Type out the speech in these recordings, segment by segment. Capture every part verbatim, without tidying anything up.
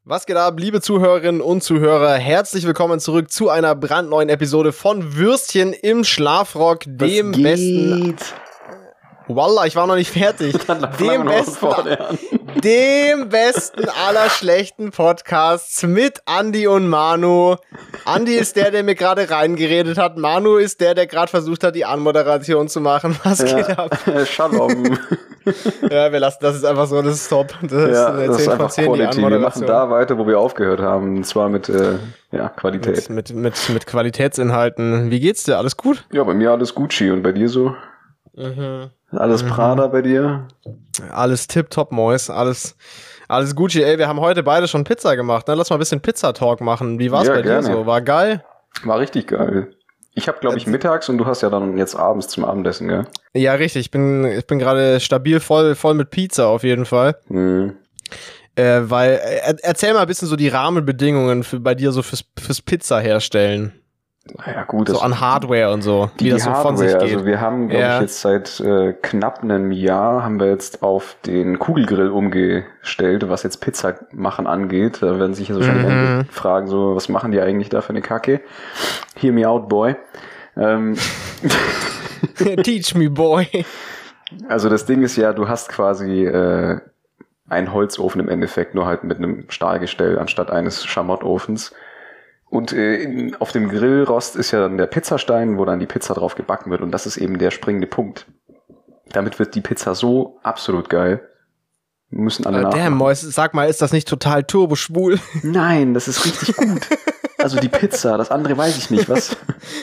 Was geht ab, liebe Zuhörerinnen und Zuhörer? Herzlich willkommen zurück zu einer brandneuen Episode von Würstchen im Schlafrock, dem besten... Wallah, ich war noch nicht fertig. Dem besten, dem besten aller schlechten Podcasts mit Andi und Manu. Andi ist der, der mir gerade reingeredet hat. Manu ist der, der gerade versucht hat, die Anmoderation zu machen. Was ja, geht ab? Shalom. Ja, wir lassen das ist einfach so, das ist top. Das ja, ist eine das zehn ist von einfach zehn, die Quality. Wir machen da weiter, wo wir aufgehört haben. Und zwar mit äh, ja, Qualität. Mit, mit, mit, mit Qualitätsinhalten. Wie geht's dir? Alles gut? Ja, bei mir alles Gucci. Und bei dir so? Mhm. Alles Prada mhm. bei dir? Alles tipptopp, Mois. Alles, alles Gucci. Ey, wir haben heute beide schon Pizza gemacht. Ne? Lass mal ein bisschen Pizza-Talk machen. Wie war's ja, bei gerne. dir so? War geil? War richtig geil. Ich habe, glaube ich, mittags und du hast ja dann jetzt abends zum Abendessen, gell? Ja, richtig. Ich bin, ich bin gerade stabil voll, voll mit Pizza auf jeden Fall. Mhm. Äh, weil, er, erzähl mal ein bisschen so die Rahmenbedingungen für, bei dir so fürs, fürs Pizza herstellen. Naja, gut. So an Hardware und so, die, wie das die so Hardware, von sich geht. Also wir haben, glaube ja. ich, jetzt seit äh, knapp einem Jahr haben wir jetzt auf den Kugelgrill umgestellt, was jetzt Pizza machen angeht. Da werden sich jetzt wahrscheinlich mhm. einige fragen, so, was machen die eigentlich da für eine Kacke? Hear me out, boy. Ähm Teach me, boy. Also das Ding ist ja, du hast quasi äh, einen Holzofen im Endeffekt, nur halt mit einem Stahlgestell anstatt eines Schamottofens. Und äh, in, auf dem Grillrost ist ja dann der Pizzastein, wo dann die Pizza drauf gebacken wird. Und das ist eben der springende Punkt. Damit wird die Pizza so absolut geil. Müssen alle nachmachen. Damn, Mois, sag mal, ist das nicht total turboschwul? Nein, das ist richtig gut. Also die Pizza, das andere weiß ich nicht, was?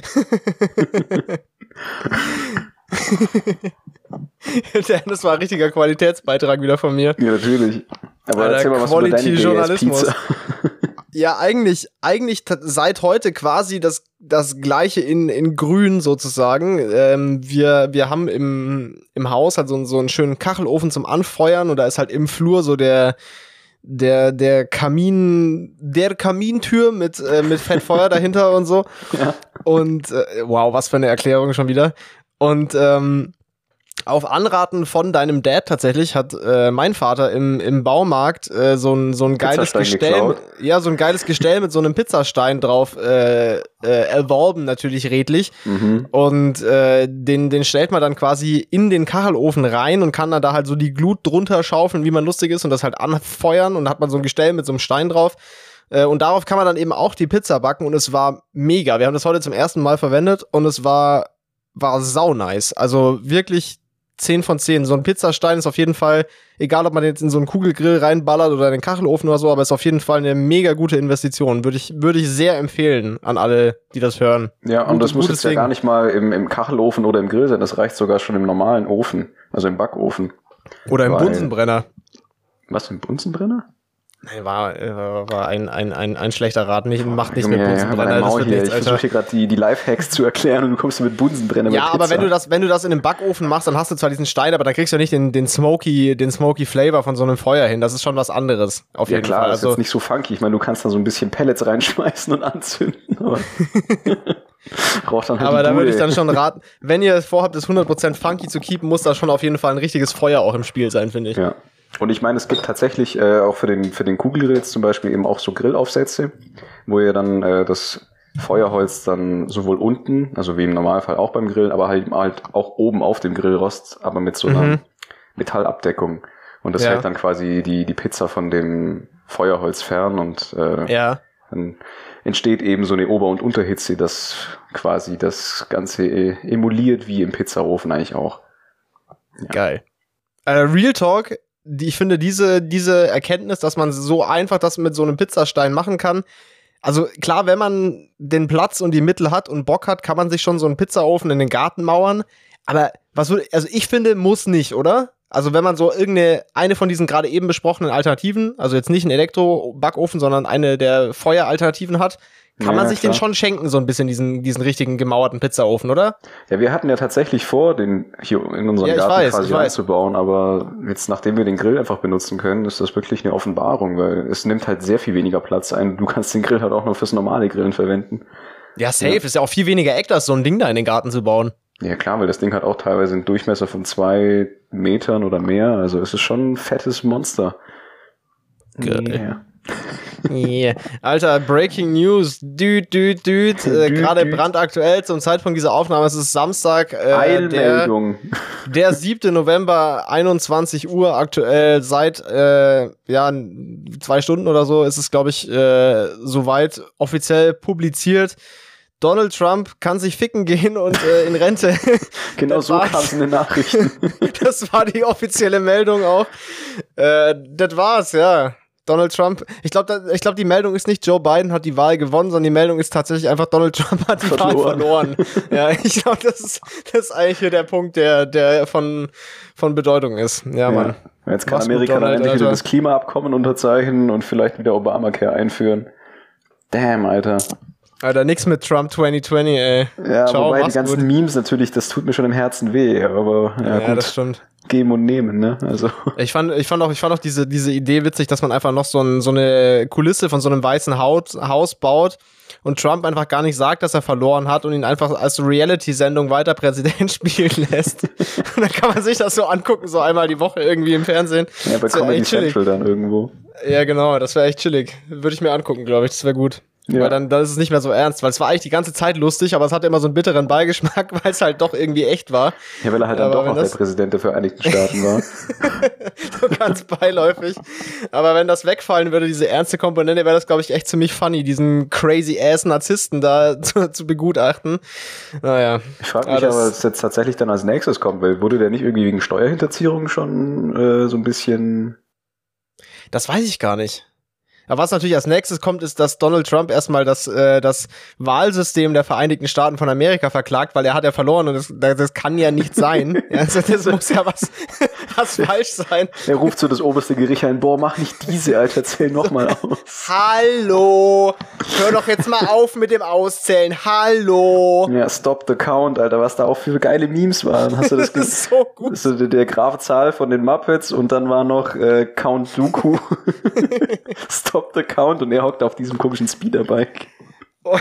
Das war ein richtiger Qualitätsbeitrag wieder von mir. Ja, natürlich. Aber Alter, erzähl mal was über deine Journalismus. Ja, eigentlich, eigentlich t- seit heute quasi das, das Gleiche in, in grün sozusagen. Ähm, wir, wir haben im, im Haus halt so, so einen schönen Kachelofen zum Anfeuern und da ist halt im Flur so der, der, der Kamin, der Kamintür mit, äh, mit Fettfeuer dahinter und so. Ja. Und, äh, wow, was für eine Erklärung schon wieder. Und, ähm, auf Anraten von deinem Dad tatsächlich hat äh, mein Vater im, im Baumarkt äh, so ein so ein geiles Gestell, geklaut. ja so ein geiles Gestell mit so einem Pizzastein drauf äh, äh, erworben, natürlich redlich. Mhm. Und äh, den den stellt man dann quasi in den Kachelofen rein und kann dann da halt so die Glut drunter schaufeln, wie man lustig ist und das halt anfeuern und dann hat man so ein Gestell mit so einem Stein drauf. Äh, und darauf kann man dann eben auch die Pizza backen und es war mega. Wir haben das heute zum ersten Mal verwendet und es war war sau nice. Also wirklich zehn von zehn. So ein Pizzastein ist auf jeden Fall, egal ob man jetzt in so einen Kugelgrill reinballert oder in den Kachelofen oder so, aber ist auf jeden Fall eine mega gute Investition. Würde ich, würde ich sehr empfehlen an alle, die das hören. Ja, und Gut, das muss jetzt Ding. ja gar nicht mal im, im Kachelofen oder im Grill sein. Das reicht sogar schon im normalen Ofen, also im Backofen. Oder im Weil, Bunsenbrenner. Was, im Bunsenbrenner? Nein, war, war ein, ein, ein, ein schlechter Rat. Nicht, macht nicht Junge, mit Bunsenbrenner. Ja, das wird hier. nichts, ich versuche hier gerade die, die Lifehacks zu erklären und du kommst mit Bunsenbrenner Ja, mit aber Pizza. wenn du das, wenn du das in einem Backofen machst, dann hast du zwar diesen Stein, aber dann kriegst du ja nicht den, den smoky, den smoky Flavor von so einem Feuer hin. Das ist schon was anderes. Auf ja jeden klar, Fall. das Also, ist jetzt nicht so funky. Ich meine, du kannst da so ein bisschen Pellets reinschmeißen und anzünden. Aber, braucht dann halt aber die da würde ich Bude. dann schon raten, wenn ihr vorhabt, das hundert Prozent funky zu keepen, muss da schon auf jeden Fall ein richtiges Feuer auch im Spiel sein, finde ich. Ja. Und ich meine, es gibt tatsächlich äh, auch für den für den Kugelgrill jetzt zum Beispiel eben auch so Grillaufsätze, wo ihr dann äh, das Feuerholz dann sowohl unten, also wie im Normalfall auch beim Grillen, aber halt, halt auch oben auf dem Grillrost, aber mit so einer Mhm. Metallabdeckung. Und das Ja. hält dann quasi die die Pizza von dem Feuerholz fern und äh, Ja. dann entsteht eben so eine Ober- und Unterhitze, das quasi das Ganze äh, emuliert wie im Pizzaofen eigentlich auch. Ja. Geil. Äh, Real Talk, die, ich finde diese, diese Erkenntnis, dass man so einfach das mit so einem Pizzastein machen kann. Also klar, wenn man den Platz und die Mittel hat und Bock hat, kann man sich schon so einen Pizzaofen in den Garten mauern. Aber was würde, also ich finde, muss nicht, oder? Also wenn man so irgendeine, eine von diesen gerade eben besprochenen Alternativen, also jetzt nicht einen Elektro-Backofen, sondern eine der Feueralternativen hat, kann Ja, man sich klar. den schon schenken, so ein bisschen diesen, diesen richtigen gemauerten Pizzaofen, oder? Ja, wir hatten ja tatsächlich vor, den hier in unserem Ja, ich Garten weiß, quasi ich weiß. einzubauen, aber jetzt, nachdem wir den Grill einfach benutzen können, ist das wirklich eine Offenbarung, weil es nimmt halt sehr viel weniger Platz ein. Du kannst den Grill halt auch nur fürs normale Grillen verwenden. Ja, safe, Ja. ist ja auch viel weniger Eck, das so ein Ding da in den Garten zu bauen. Ja klar, weil das Ding hat auch teilweise einen Durchmesser von zwei Metern oder mehr, also es ist schon ein fettes Monster. Geil. Yeah. Yeah. Alter, Breaking News. Düt, düt, düt. Äh, Gerade brandaktuell zum Zeitpunkt dieser Aufnahme. Es ist Samstag. Äh, Eilmeldung. Der, der siebte November, einundzwanzig Uhr aktuell. Seit äh, ja, zwei Stunden oder so ist es, glaube ich, äh, soweit offiziell publiziert. Donald Trump kann sich ficken gehen und äh, in Rente. Genau so kam es in den Nachrichten. Das war die offizielle Meldung auch. Äh, das war's, ja. Donald Trump, ich glaube, ich glaub, die Meldung ist nicht, Joe Biden hat die Wahl gewonnen, sondern die Meldung ist tatsächlich einfach, Donald Trump hat die verloren. Wahl verloren. Ja, ich glaube, das ist, das ist eigentlich hier der Punkt, der, der von, von Bedeutung ist. Ja, ja. Mann. Jetzt kann Mach's Amerika gut, Donald, dann endlich Alter. wieder das Klimaabkommen unterzeichnen und vielleicht wieder Obamacare einführen. Damn, Alter. Alter, nix mit Trump zwanzig zwanzig, ey. Ja, Ciao, wobei die ganzen gut. Memes natürlich, das tut mir schon im Herzen weh, aber ja, ja gut. das stimmt. Geben und nehmen, ne? Also. Ich fand, ich fand auch, ich fand auch diese, diese Idee witzig, dass man einfach noch so, ein, so eine Kulisse von so einem weißen Haut, Haus baut und Trump einfach gar nicht sagt, dass er verloren hat und ihn einfach als Reality-Sendung weiter Präsident spielen lässt. Und dann kann man sich das so angucken, so einmal die Woche irgendwie im Fernsehen. Ja, bei Comedy Central dann irgendwo. Ja, genau, das wäre echt chillig. Würde ich mir angucken, glaube ich, das wäre gut. Ja. Weil dann, dann ist es nicht mehr so ernst, weil es war eigentlich die ganze Zeit lustig, aber es hatte immer so einen bitteren Beigeschmack, weil es halt doch irgendwie echt war. Ja, weil er halt dann aber doch noch der Präsident der Vereinigten Staaten war. So ganz beiläufig. Aber wenn das wegfallen würde, diese ernste Komponente, wäre das, glaube ich, echt ziemlich funny, diesen crazy-ass-Narzissten da zu, zu begutachten. Naja. Ich frage mich aber, was jetzt tatsächlich dann als nächstes kommt, weil wurde der nicht irgendwie wegen Steuerhinterziehung schon äh, so ein bisschen... Das weiß ich gar nicht. Aber was natürlich als nächstes kommt, ist, dass Donald Trump erstmal das, äh, das Wahlsystem der Vereinigten Staaten von Amerika verklagt, weil er hat ja verloren und das, das kann ja nicht sein. Ja, also das muss ja was, was falsch sein. Er ruft so das oberste Gericht ein, boah, mach nicht diese, Alter, zähl nochmal aus. Hallo! Hör doch jetzt mal auf mit dem Auszählen, hallo! Ja, stop the count, Alter, was da auch für geile Memes waren. Hast du das, das ist so gut. Das ist der Grafzahl von den Muppets und dann war noch äh, Count Dooku. Stop the count und er hockt auf diesem komischen Speederbike. Oh.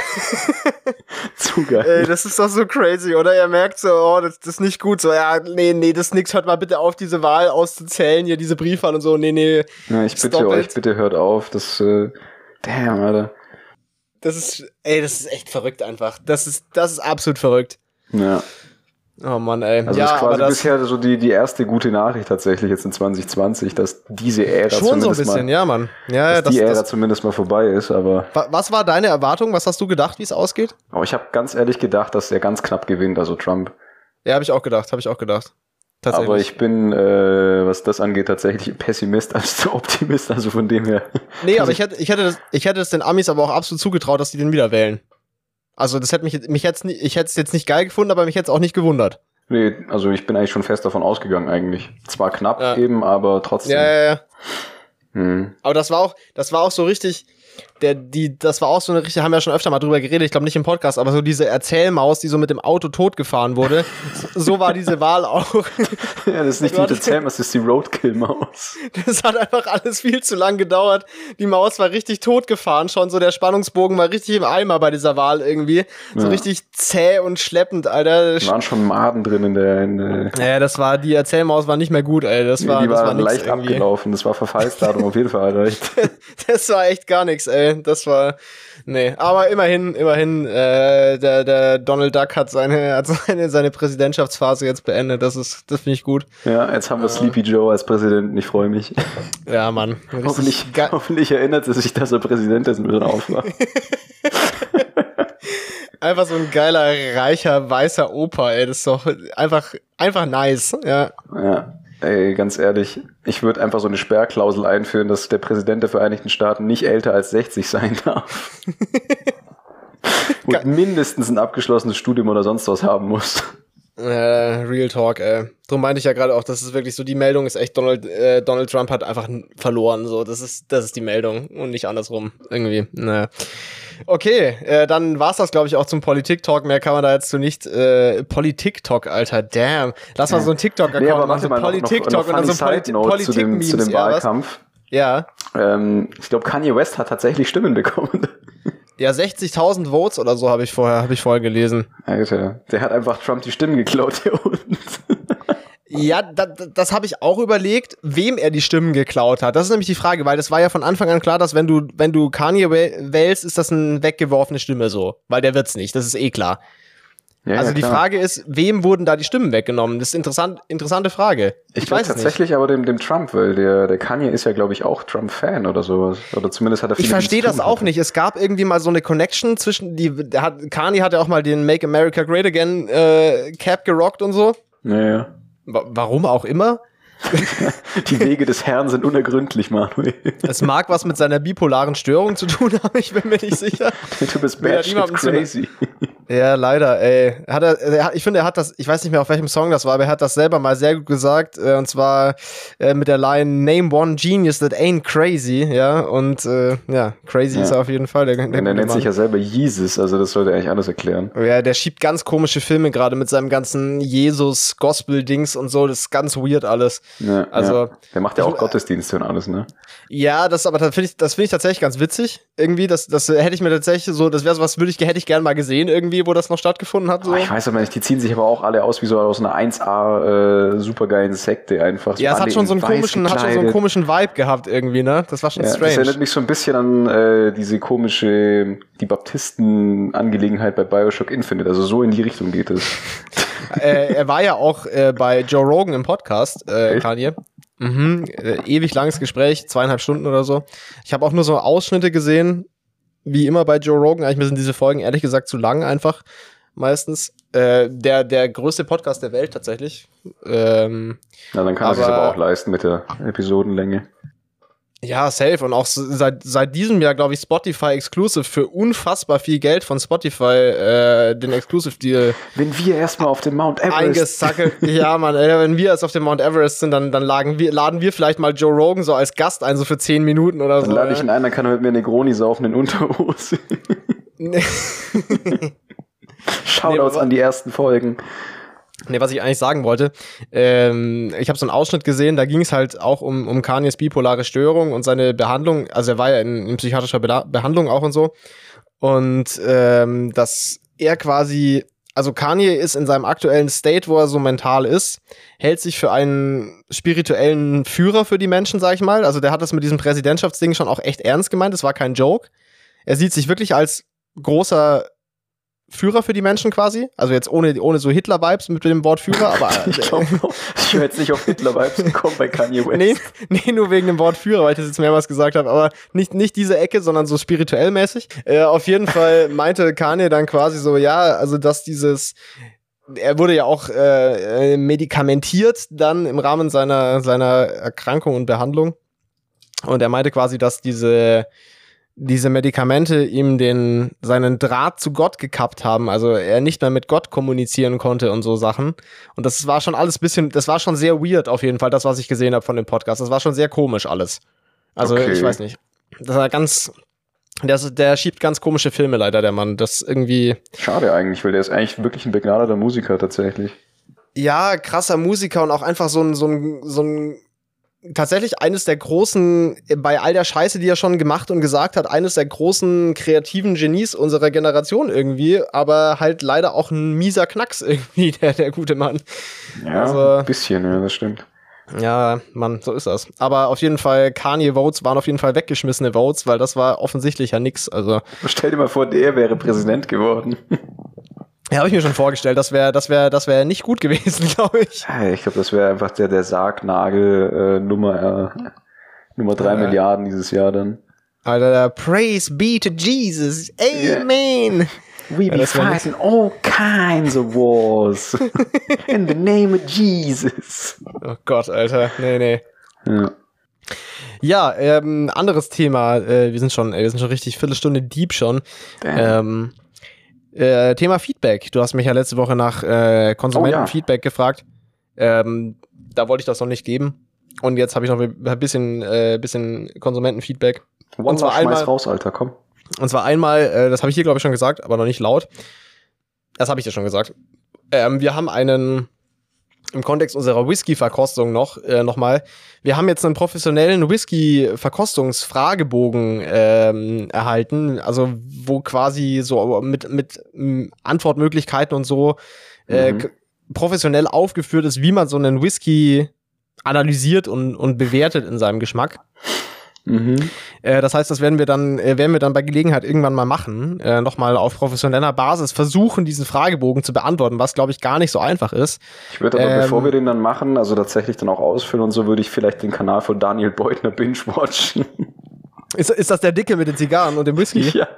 Zu geil. Ey, das ist doch so crazy, oder? Er merkt so, oh, das, das ist nicht gut. So, ja, nee, nee, das ist nix. Hört mal bitte auf, diese Wahl auszuzählen, hier diese Briefwahl und so. Nee, nee. Ja, ich bitte euch, bitte hört auf. Das, äh, damn, Alter. Das ist, ey, das ist echt verrückt einfach. Das ist, das ist absolut verrückt. Ja. Oh Mann, ey. Also ja, das ist quasi aber das bisher so die, die erste gute Nachricht tatsächlich jetzt in zwanzig zwanzig, dass diese Ära schon zumindest so ein bisschen, mal, ja, Mann. Ja, dass das, die Ära das, zumindest mal vorbei ist, aber... Was war deine Erwartung? Was hast du gedacht, wie es ausgeht? Oh, ich habe ganz ehrlich gedacht, dass er ganz knapp gewinnt, also Trump. Ja, habe ich auch gedacht, habe ich auch gedacht. Tatsächlich. Aber ich bin, äh, was das angeht, tatsächlich Pessimist als Optimist, also von dem her... Nee, aber ich hätte, ich hätte das, ich hätte es den Amis aber auch absolut zugetraut, dass die den wieder wählen. Also das hätte mich, mich jetzt, ich hätte es jetzt nicht geil gefunden, aber mich hätte es auch nicht gewundert. Nee, also ich bin eigentlich schon fest davon ausgegangen eigentlich. Zwar knapp ja. eben, aber trotzdem. Ja, ja, ja. Hm. Aber das war auch, das war auch so richtig, der, die, das war auch so eine richtig, haben wir ja schon öfter mal drüber geredet, ich glaube nicht im Podcast, aber so diese Erzählmaus, die so mit dem Auto totgefahren wurde, so war diese Wahl auch. Ja, das ist nicht die Erzählmaus, das ist die Roadkill-Maus. Das hat einfach alles viel zu lang gedauert. Die Maus war richtig totgefahren schon, so der Spannungsbogen war richtig im Eimer bei dieser Wahl irgendwie. So ja. richtig zäh und schleppend, Alter. Da waren schon Maden drin in der... In der ja, das war, die Erzählmaus war nicht mehr gut, ey. Das nee, war, die das war, war nix leicht irgendwie. abgelaufen, das war Verfallsdatum auf jeden Fall erreicht. Das war echt gar nichts, ey. Das war, nee. Aber immerhin, immerhin, äh, der, der Donald Duck hat seine, hat seine, seine Präsidentschaftsphase jetzt beendet. Das ist, das finde ich gut. Ja, jetzt haben wir äh, Sleepy Joe als Präsidenten. Ich freue mich. Ja, Mann. Hoffentlich, hoffentlich erinnert er sich, dass er Präsident ist und wieder aufwacht. Einfach so ein geiler, reicher, weißer Opa, ey. Das ist doch einfach, einfach nice, ja. Ja. Ey, ganz ehrlich, ich würde einfach so eine Sperrklausel einführen, dass der Präsident der Vereinigten Staaten nicht älter als sechzig sein darf. Und mindestens ein abgeschlossenes Studium oder sonst was haben muss. Äh, Real Talk, ey. Drum meinte ich ja gerade auch, das ist wirklich so, die Meldung ist echt, Donald, äh, Donald Trump hat einfach verloren, so, das ist, das ist die Meldung und nicht andersrum, irgendwie, naja. Okay, äh, dann war's das, glaube ich, auch zum Politik-Talk, mehr kann man da jetzt so nicht, äh, Politik-Talk, Alter, damn. Lass mal so ein TikTok-Account nee, aber machen, so Politik-Talk und dann so Polit- Politik-Memes. Zu dem Wahlkampf. Ja. Ähm, ich glaube, Kanye West hat tatsächlich Stimmen bekommen. Ja, sechzigtausend Votes oder so habe ich vorher, habe ich vorher gelesen. Alter, der hat einfach Trump die Stimmen geklaut hier unten. Ja, da, das habe ich auch überlegt, wem er die Stimmen geklaut hat. Das ist nämlich die Frage, weil das war ja von Anfang an klar, dass wenn du, wenn du Kanye wählst, ist das eine weggeworfene Stimme so. Weil der wird's nicht, das ist eh klar. Ja, also ja, die Frage ist, wem wurden da die Stimmen weggenommen? Das ist eine interessant, interessante Frage. Ich, ich weiß tatsächlich nicht. aber dem, dem Trump, weil der, der Kanye ist ja, glaube ich, auch Trump-Fan oder sowas. Oder zumindest hat er viele. Ich verstehe das auch nicht. Es gab irgendwie mal so eine Connection zwischen, die, der hat, Kanye hat ja auch mal den Make America Great Again äh, Cap gerockt und so. Ja, ja. Warum auch immer. Die Wege des Herrn sind unergründlich, Manuel. Es mag was mit seiner bipolaren Störung zu tun haben, ich bin mir nicht sicher. Du bist batshit crazy. Ja, leider, ey. Hat er, er hat, ich finde, er hat das, ich weiß nicht mehr, auf welchem Song das war, aber er hat das selber mal sehr gut gesagt, äh, und zwar äh, mit der Line Name one genius that ain't crazy, ja, und äh, ja, crazy ja. ist er auf jeden Fall. Der, der, der nennt Mann. sich ja selber Jesus, also das sollte eigentlich alles erklären. Ja, der schiebt ganz komische Filme gerade mit seinem ganzen Jesus-Gospel-Dings und so, das ist ganz weird alles. Ja, also ja. Der macht ja auch ich, Gottesdienste und alles, ne? Ja, das aber das finde ich, das finde ich tatsächlich ganz witzig. Irgendwie, das, das hätte ich mir tatsächlich so, das wäre so was, würde ich, hätte ich gern mal gesehen, irgendwie, wo das noch stattgefunden hat. So. Oh, ich weiß aber nicht, die ziehen sich aber auch alle aus wie so aus einer eins A äh, supergeilen Sekte einfach. So ja, es hat schon so einen komischen, hat schon so einen komischen Vibe gehabt irgendwie, ne? Das war schon ja, strange. Das erinnert mich so ein bisschen an äh, diese komische, die Baptisten-Angelegenheit bei Bioshock Infinite. Also so in die Richtung geht es. äh, er war ja auch äh, bei Joe Rogan im Podcast, äh, Kanye. Mhm, äh, ewig langes Gespräch, zweieinhalb Stunden oder so. Ich habe auch nur so Ausschnitte gesehen, wie immer bei Joe Rogan. Eigentlich mir sind diese Folgen ehrlich gesagt zu lang einfach, meistens. Äh, der, der größte Podcast der Welt tatsächlich. Ähm, Na, dann kann er sich aber auch leisten mit der Episodenlänge. Ja, safe. Und auch seit, seit diesem Jahr, glaube ich, Spotify Exclusive für unfassbar viel Geld von Spotify, äh, den Exclusive-Deal. Wenn wir erstmal auf dem Mount Everest. Eingesackelt. Ja, Mann, ey, wenn wir erst auf dem Mount Everest sind, dann, dann lagen wir, laden wir vielleicht mal Joe Rogan so als Gast ein, so für zehn Minuten oder dann so. Dann lade ich ihn ein, dann kann er mit mir Negroni saufen in Unterhose. Shoutouts nee, an die ersten Folgen. Nee, was ich eigentlich sagen wollte, ähm, ich habe so einen Ausschnitt gesehen, da ging es halt auch um, um Kanyes bipolare Störung und seine Behandlung, also er war ja in, in psychiatrischer Be- Behandlung auch und so, und ähm, dass er quasi, also Kanye ist in seinem aktuellen State, wo er so mental ist, hält sich für einen spirituellen Führer für die Menschen, sag ich mal, also der hat das mit diesem Präsidentschaftsding schon auch echt ernst gemeint, das war kein Joke, er sieht sich wirklich als großer Führer für die Menschen quasi, also jetzt ohne, ohne so Hitler-Vibes mit dem Wort Führer, aber ich glaube, ich höre jetzt nicht auf Hitler-Vibes gekommen bei Kanye West. Nee, nee, nur wegen dem Wort Führer, weil ich das jetzt mehrmals gesagt habe, aber nicht, nicht diese Ecke, sondern so spirituell mäßig. Äh, auf jeden Fall meinte Kanye dann quasi so, ja, also dass dieses, er wurde ja auch äh, medikamentiert dann im Rahmen seiner, seiner Erkrankung und Behandlung, und er meinte quasi, dass diese diese Medikamente ihm den, seinen Draht zu Gott gekappt haben, also er nicht mehr mit Gott kommunizieren konnte und so Sachen. Und das war schon alles bisschen, das war schon sehr weird auf jeden Fall, das, was ich gesehen habe von dem Podcast. Das war schon sehr komisch alles. Also okay. Ich weiß nicht. Das war ganz, der, der schiebt ganz komische Filme leider, der Mann. Das irgendwie... Schade eigentlich, weil der ist eigentlich wirklich ein begnadeter Musiker tatsächlich. Ja, krasser Musiker und auch einfach so ein, so ein, so ein tatsächlich eines der großen, bei all der Scheiße, die er schon gemacht und gesagt hat, eines der großen kreativen Genies unserer Generation irgendwie, aber halt leider auch ein mieser Knacks irgendwie, der, der gute Mann. Ja, also, ein bisschen, ja, das stimmt. Ja, Mann, so ist das. Aber auf jeden Fall, Kanye-Votes waren auf jeden Fall weggeschmissene Votes, weil das war offensichtlich ja nix. Also, stell dir mal vor, der wäre Präsident geworden. Ja, habe ich mir schon vorgestellt. Das wäre das wäre, das wäre nicht gut gewesen, glaube ich. Ich glaube, das wäre einfach der, der Sargnagel äh, Nummer, äh, Nummer drei ja. Milliarden dieses Jahr dann. Alter, der Praise be to Jesus. Amen. Yeah. We be fighting all kinds of wars. In the name of Jesus. Oh Gott, Alter. Nee, nee. Ja. Ja, ähm, anderes Thema. Äh, wir sind schon, äh, wir sind schon richtig Viertelstunde deep schon. Ähm, Äh, Thema Feedback. Du hast mich ja letzte Woche nach äh, Konsumentenfeedback oh, ja. gefragt. Ähm, da wollte ich das noch nicht geben. Und jetzt habe ich noch ein bisschen, äh, bisschen Konsumentenfeedback. One und zwar einmal raus, Alter, komm. Und zwar einmal, äh, das habe ich hier glaube ich schon gesagt, aber noch nicht laut. Das habe ich dir schon gesagt. Ähm, wir haben einen, im Kontext unserer Whisky-Verkostung noch, äh, noch mal, wir haben jetzt einen professionellen Whisky-Verkostungsfragebogen ähm, erhalten, also wo quasi so mit, mit m, Antwortmöglichkeiten und so äh, mhm. k- professionell aufgeführt ist, wie man so einen Whisky analysiert und, und bewertet in seinem Geschmack. Mhm. Äh, das heißt, das werden wir dann, äh, werden wir dann bei Gelegenheit irgendwann mal machen. Äh, nochmal auf professioneller Basis versuchen, diesen Fragebogen zu beantworten, was, glaube ich, gar nicht so einfach ist. Ich würde aber, ähm, bevor wir den dann machen, also tatsächlich dann auch ausfüllen und so, würde ich vielleicht den Kanal von Daniel Beutner binge-watchen. Ist, ist das der Dicke mit den Zigarren und dem Whisky? Ja.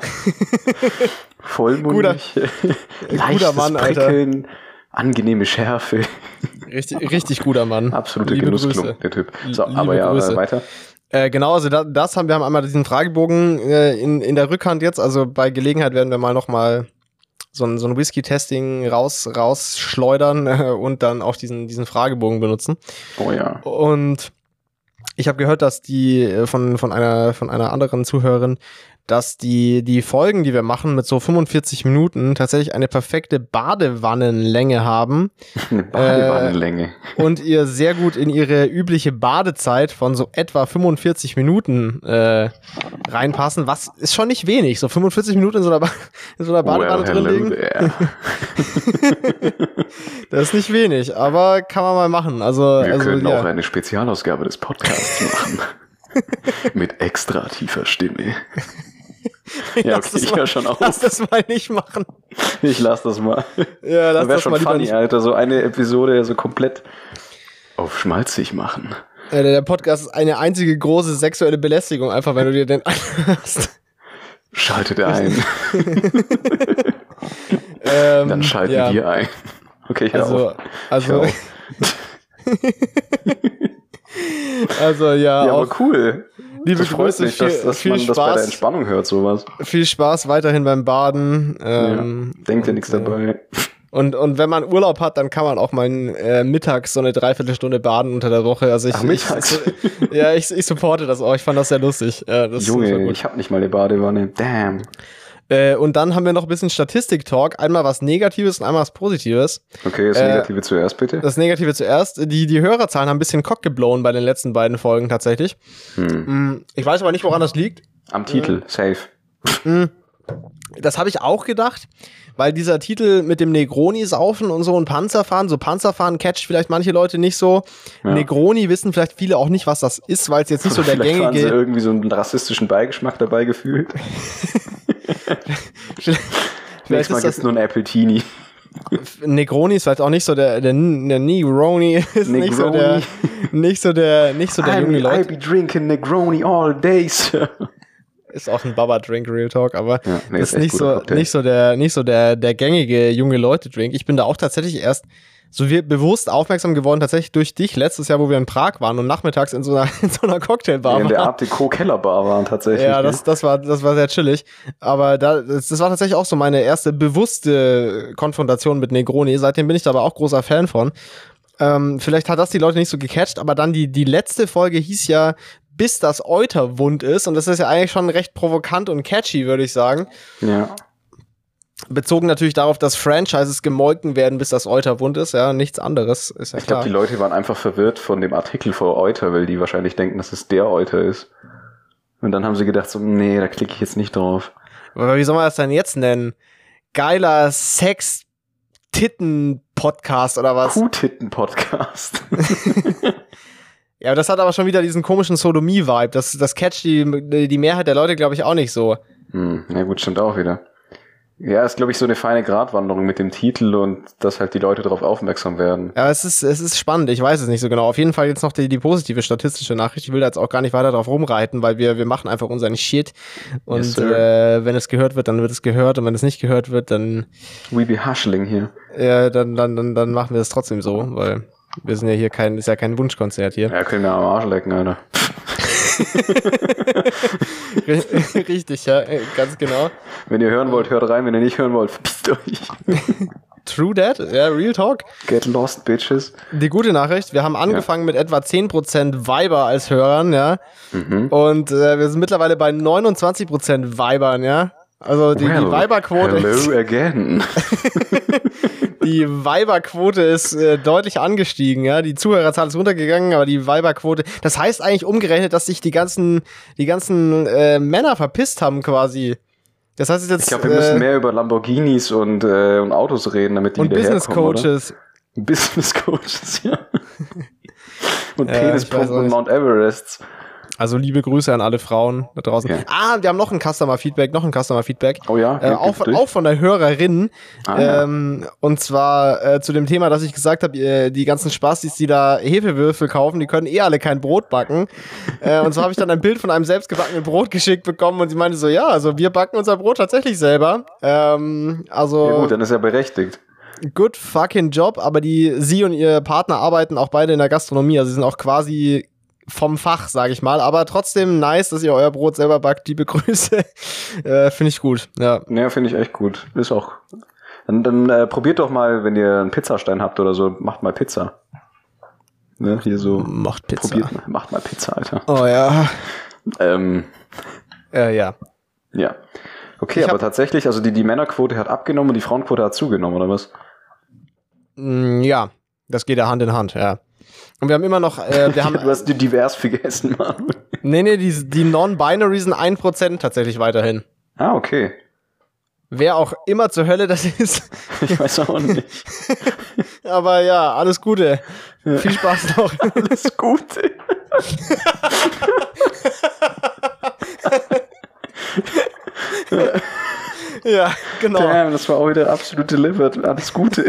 Vollmundig. Guter, guter Mann, Alter. Prickeln, angenehme Schärfe. Richtig, richtig guter Mann. Absolute Liebe Genussklump, Grüße. der Typ. So, Liebe aber ja, Grüße. äh, weiter. Äh, genau, also da, das haben wir haben einmal diesen Fragebogen äh, in, in der Rückhand jetzt. Also bei Gelegenheit werden wir mal nochmal so ein, so ein Whisky-Testing raus, rausschleudern äh, und dann auch diesen, diesen Fragebogen benutzen. Oh ja. Und ich habe gehört, dass die äh, von, von, einer, von einer anderen Zuhörerin, dass die, die Folgen, die wir machen, mit so fünfundvierzig Minuten tatsächlich eine perfekte Badewannenlänge haben. Eine Badewannenlänge. Äh, und ihr sehr gut in ihre übliche Badezeit von so etwa fünfundvierzig Minuten äh, reinpassen, was ist schon nicht wenig. So fünfundvierzig Minuten in so einer, ba- in so einer Badewanne well, drin liegen. Das ist nicht wenig, aber kann man mal machen. Also, wir also, können ja. auch eine Spezialausgabe des Podcasts machen. Mit extra tiefer Stimme. Ja, okay, ich höre schon auf. Lass das mal nicht machen. Ich lass das mal. Ja, lass das wäre das schon mal lieber funny, nicht. Alter. So eine Episode so komplett auf schmalzig machen. Äh, der Podcast ist eine einzige große sexuelle Belästigung, einfach wenn du dir den anhörst. Schaltet ein. ähm, Dann schalten ja. wir ein. Okay, ich hör Also, auf. also, Ich hör auf. also ja, Ja, auch aber cool. liebe Das freut Grüße, mich, viel, dass, dass viel man das bei der Spaß, Entspannung hört, sowas. viel Spaß weiterhin beim Baden. Ähm, Ja, denkt ja nichts äh, dabei. Und, und wenn man Urlaub hat, dann kann man auch mal äh, mittags so eine Dreiviertelstunde baden unter der Woche. Also ich, Ach, mittags? ich ja, ich, ich supporte das auch. Ich fand das sehr lustig. Ja, das, das war Junge, gut. ich hab nicht mal eine Badewanne. Damn. Äh, und dann haben wir noch ein bisschen Statistik-Talk. Einmal was Negatives und einmal was Positives. Okay, das Äh, Negative zuerst, bitte. Das Negative zuerst. Die, die Hörerzahlen haben ein bisschen cock geblown bei den letzten beiden Folgen tatsächlich. Hm. Ich weiß aber nicht, woran das liegt. Am Titel, safe. Das habe ich auch gedacht, weil dieser Titel mit dem Negroni-Saufen und so und Panzerfahren, so Panzerfahren catcht vielleicht manche Leute nicht so. Ja. Negroni wissen vielleicht viele auch nicht, was das ist, weil es jetzt nicht so der Vielleicht haben sie gängige... irgendwie so einen rassistischen Beigeschmack dabei gefühlt. vielleicht Nächstes Mal ist gibt's das nur ein Appletini. Negroni ist vielleicht auch nicht so der, der, der Negroni ist nicht so der, nicht so der, nicht so der junge I Leute. be drinking Negroni all day, sir. Ist auch ein Baba-Drink, Real Talk, aber Ja, nee, ist ist echt nicht guter so, Cocktail. nicht so der, nicht so der, der gängige junge Leute-Drink. Ich bin da auch tatsächlich erst so wir bewusst aufmerksam geworden, tatsächlich durch dich letztes Jahr, wo wir in Prag waren und nachmittags in so einer, in so einer Cocktailbar Ja, in der waren. Art Deco Kellerbar waren tatsächlich. Ja, ne? das, das war, das war sehr chillig. Aber da, das, das war tatsächlich auch so meine erste bewusste Konfrontation mit Negroni. Seitdem bin ich da aber auch großer Fan von. Ähm, vielleicht hat das die Leute nicht so gecatcht, aber dann die, die letzte Folge hieß ja, bis das Euter wund ist. Und das ist ja eigentlich schon recht provokant und catchy, würde ich sagen. Ja. Bezogen natürlich darauf, dass Franchises gemolken werden, bis das Euter wund ist. Ja, nichts anderes, ist ja Ich klar. glaube, die Leute waren einfach verwirrt von dem Artikel vor Euter, weil die wahrscheinlich denken, dass es der Euter ist. Und dann haben sie gedacht so, nee, da klicke ich jetzt nicht drauf. Aber wie soll man das denn jetzt nennen? Geiler Sex-Titten-Podcast oder was? Kuhtitten-Podcast. Ja, das hat aber schon wieder diesen komischen Sodomie-Vibe. Das, das catcht die, die Mehrheit der Leute, glaube ich, auch nicht so. Hm, na gut, stimmt auch wieder. Ja, ist, glaube ich, so eine feine Gratwanderung mit dem Titel und dass halt die Leute darauf aufmerksam werden. Ja, es ist, es ist spannend. Ich weiß es nicht so genau. Auf jeden Fall jetzt noch die, die positive statistische Nachricht. Ich will da jetzt auch gar nicht weiter drauf rumreiten, weil wir, wir machen einfach unseren Shit. Und Yes, sir. äh, wenn es gehört wird, dann wird es gehört. Und wenn es nicht gehört wird, dann, We be hustling hier. äh, dann, dann, dann, dann machen wir es trotzdem so, weil wir sind ja hier kein, ist ja kein Wunschkonzert hier. Ja, können wir am Arsch lecken, Alter. Richtig, ja, ganz genau. Wenn ihr hören wollt, hört rein. Wenn ihr nicht hören wollt, verpisst euch. True that, ja, Real Talk. Get lost, bitches. Die gute Nachricht, wir haben angefangen mit etwa zehn Prozent Weiber als Hörern, ja. Mhm. Und äh, wir sind mittlerweile bei neunundzwanzig Prozent Weibern, ja. Also die, Well, die Weiberquote hello ist, again. die Weiberquote ist äh, deutlich angestiegen, ja. Die Zuhörerzahl ist runtergegangen, aber die Weiberquote, das heißt eigentlich umgerechnet, dass sich die ganzen, die ganzen äh, Männer verpisst haben quasi. Das heißt jetzt Ich glaube, wir müssen äh, mehr über Lamborghinis und, äh, und Autos reden, damit die und wieder Business herkommen, oder? Coaches. Business Coaches, ja. Und Ja, Penispumpen und Mount Everests. Also liebe Grüße an alle Frauen da draußen. Ja. Ah, wir haben noch ein Customer-Feedback, noch ein Customer-Feedback. Oh ja? Äh, auch, von, auch von der Hörerin. Ah, ähm, ja. Und zwar äh, zu dem Thema, dass ich gesagt habe, äh, die ganzen Spastis, die da Hefewürfel kaufen, die können eh alle kein Brot backen. äh, und so habe ich dann ein Bild von einem selbstgebackenen Brot geschickt bekommen und sie meinte so, ja, also wir backen unser Brot tatsächlich selber. Ähm, also ja gut, dann ist er berechtigt. Good fucking Job, aber die sie und ihr Partner arbeiten auch beide in der Gastronomie, also sie sind auch quasi vom Fach, sage ich mal, aber trotzdem nice, dass ihr euer Brot selber backt. Liebe Grüße. äh, finde ich gut, ja. Ja, finde ich echt gut. Ist auch. Dann, dann äh, probiert doch mal, wenn ihr einen Pizzastein habt oder so, macht mal Pizza. Ne, hier so. Macht Pizza. Probiert, macht mal Pizza, Alter. Oh ja. Ähm. Äh, ja. Ja. Okay, ich aber tatsächlich, also die, die Männerquote hat abgenommen und die Frauenquote hat zugenommen, oder was? Ja, das geht ja Hand in Hand, ja. Und wir haben immer noch, äh, wir haben. Du hast die divers vergessen, Mann. Nee, nee, die, die Non-Binary sind ein Prozent tatsächlich weiterhin. Ah, okay. Wer auch immer zur Hölle das ist. Ich weiß auch nicht. Aber ja, alles Gute. Ja. Viel Spaß noch. Alles Gute. Ja, genau. Damn, das war auch wieder absolut delivered. Alles Gute.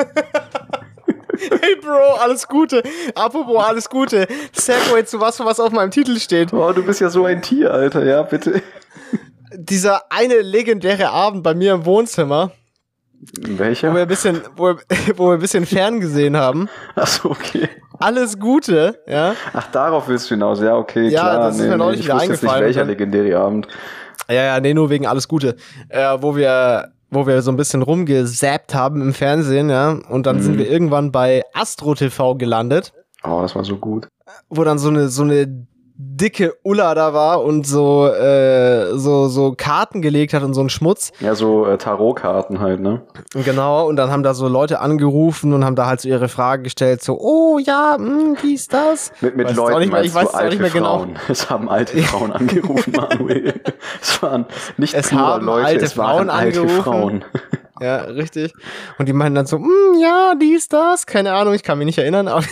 Hey Bro, alles Gute. Apropos alles Gute. Segway zu was, was auf meinem Titel steht. Oh, du bist ja so ein Tier, Alter. Ja, bitte. Dieser eine legendäre Abend bei mir im Wohnzimmer. Welcher? Wo wir ein bisschen, wo wir, wo wir ein bisschen ferngesehen haben. Ach so, okay. Alles Gute, ja. Ach, darauf willst du hinaus. Ja, okay, ja, klar. das ist nee, mir neulich nee, wieder ich wusste eingefallen. Nicht, welcher legendäre Abend. Ja, ja, nee, nur wegen Alles Gute. Äh, wo wir... wo wir so ein bisschen rumgesappt haben im Fernsehen, ja, und dann mhm. sind wir irgendwann bei Astro T V gelandet. Oh, das war so gut. Wo dann so eine so eine dicke Ulla da war und so äh, so so Karten gelegt hat und so einen Schmutz. Ja, so äh, Tarotkarten halt, ne? Genau, und dann haben da so Leute angerufen und haben da halt so ihre Fragen gestellt, so, oh ja, mh, wie ist das? Mit, mit weiß Leuten, auch nicht mehr, ich weiß so auch nicht mehr Frauen. genau. Es haben alte Frauen angerufen, Manuel. Es waren nicht es plural haben Leute, alte es waren Frauen alte angerufen. Frauen. Ja, richtig. Und die meinen dann so, ja, dies, das, keine Ahnung, ich kann mich nicht erinnern. Aber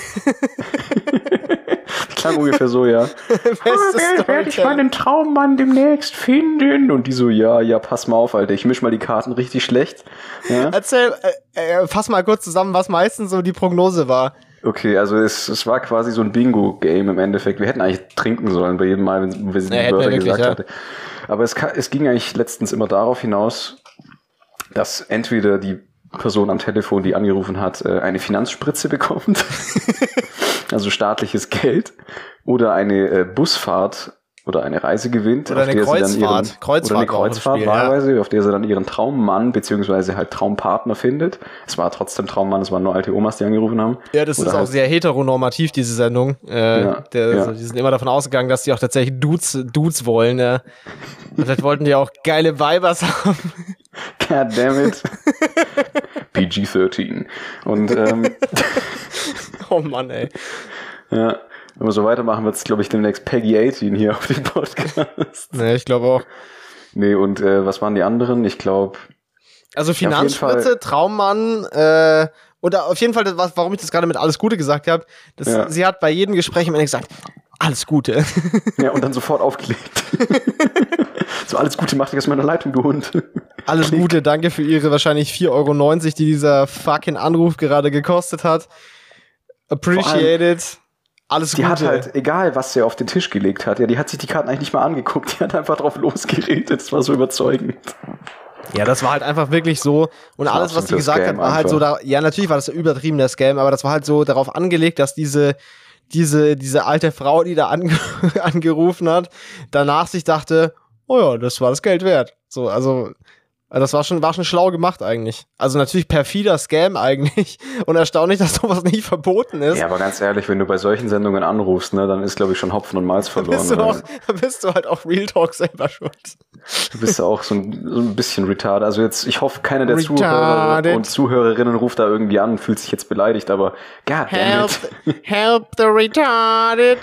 klang ungefähr so, ja. oh, werde ich meinen Traummann demnächst finden? Und die so, ja, ja, pass mal auf, Alter, ich misch mal die Karten richtig schlecht. Ja? Erzähl, äh, äh, fass mal kurz zusammen, was meistens so die Prognose war. Okay, also es, es war quasi so ein Bingo-Game im Endeffekt. Wir hätten eigentlich trinken sollen bei jedem Mal, wenn wir sie ja, die Wörter wirklich, gesagt ja. hatten. Aber es, es ging eigentlich letztens immer darauf hinaus, dass entweder die Person am Telefon, die angerufen hat, eine Finanzspritze bekommt, also staatliches Geld, oder eine Busfahrt oder eine Reise gewinnt, oder auf eine der Kreuzfahrt. sie dann ihren, Kreuzfahrt oder eine Kreuzfahrt Spiel, wahlweise, ja. auf der sie dann ihren Traummann beziehungsweise halt Traumpartner findet. Es war trotzdem Traummann, es waren nur alte Omas, die angerufen haben. Ja, das oder ist auch halt sehr heteronormativ, diese Sendung. Äh, ja, der, ja. Also, die sind immer davon ausgegangen, dass die auch tatsächlich Dudes, Dudes wollen. Ja. Und vielleicht wollten die auch geile Weibers haben. God damn it. P G dreizehn. Und ähm, oh Mann, ey. Ja, wenn wir so weitermachen, wird es, glaube ich, demnächst Peggy achtzehn hier auf dem Podcast. Nee, ich glaube auch. Nee, und äh, was waren die anderen? Ich glaube... Also Finanzspritze, Traummann, äh, oder auf jeden Fall, das, warum ich das gerade mit alles Gute gesagt habe, ja. Sie hat bei jedem Gespräch am Ende gesagt, alles Gute. Ja, und dann sofort aufgelegt. So, alles Gute, mach dich aus meiner Leitung, du Hund. Alles Klick. Gute, danke für Ihre wahrscheinlich vier Euro neunzig, die dieser fucking Anruf gerade gekostet hat. Appreciated. Alles die Gute. Die hat halt, egal was sie auf den Tisch gelegt hat, ja, die hat sich die Karten eigentlich nicht mal angeguckt, die hat einfach drauf losgeredet, das war so überzeugend. Ja, das war halt einfach wirklich so, und das alles, was sie gesagt Scam hat, war halt einfach. so, da, ja, natürlich war das so übertrieben, der Scam, aber das war halt so darauf angelegt, dass diese, diese, diese alte Frau, die da ange angerufen hat, danach sich dachte, oh ja, das war das Geld wert. So, also, das war schon, war schon schlau gemacht eigentlich. Also natürlich perfider Scam eigentlich und erstaunlich, dass sowas nicht verboten ist. Ja, aber ganz ehrlich, wenn du bei solchen Sendungen anrufst, ne, dann ist, glaube ich, schon Hopfen und Malz verloren. Da bist, du auch, da bist du halt auch Real Talk selber schuld. Du bist ja auch so ein, so ein bisschen retarded. Also jetzt, ich hoffe, keiner der retarded. Zuhörer und Zuhörerinnen ruft da irgendwie an und fühlt sich jetzt beleidigt, aber God damn it. Help, help the retarded.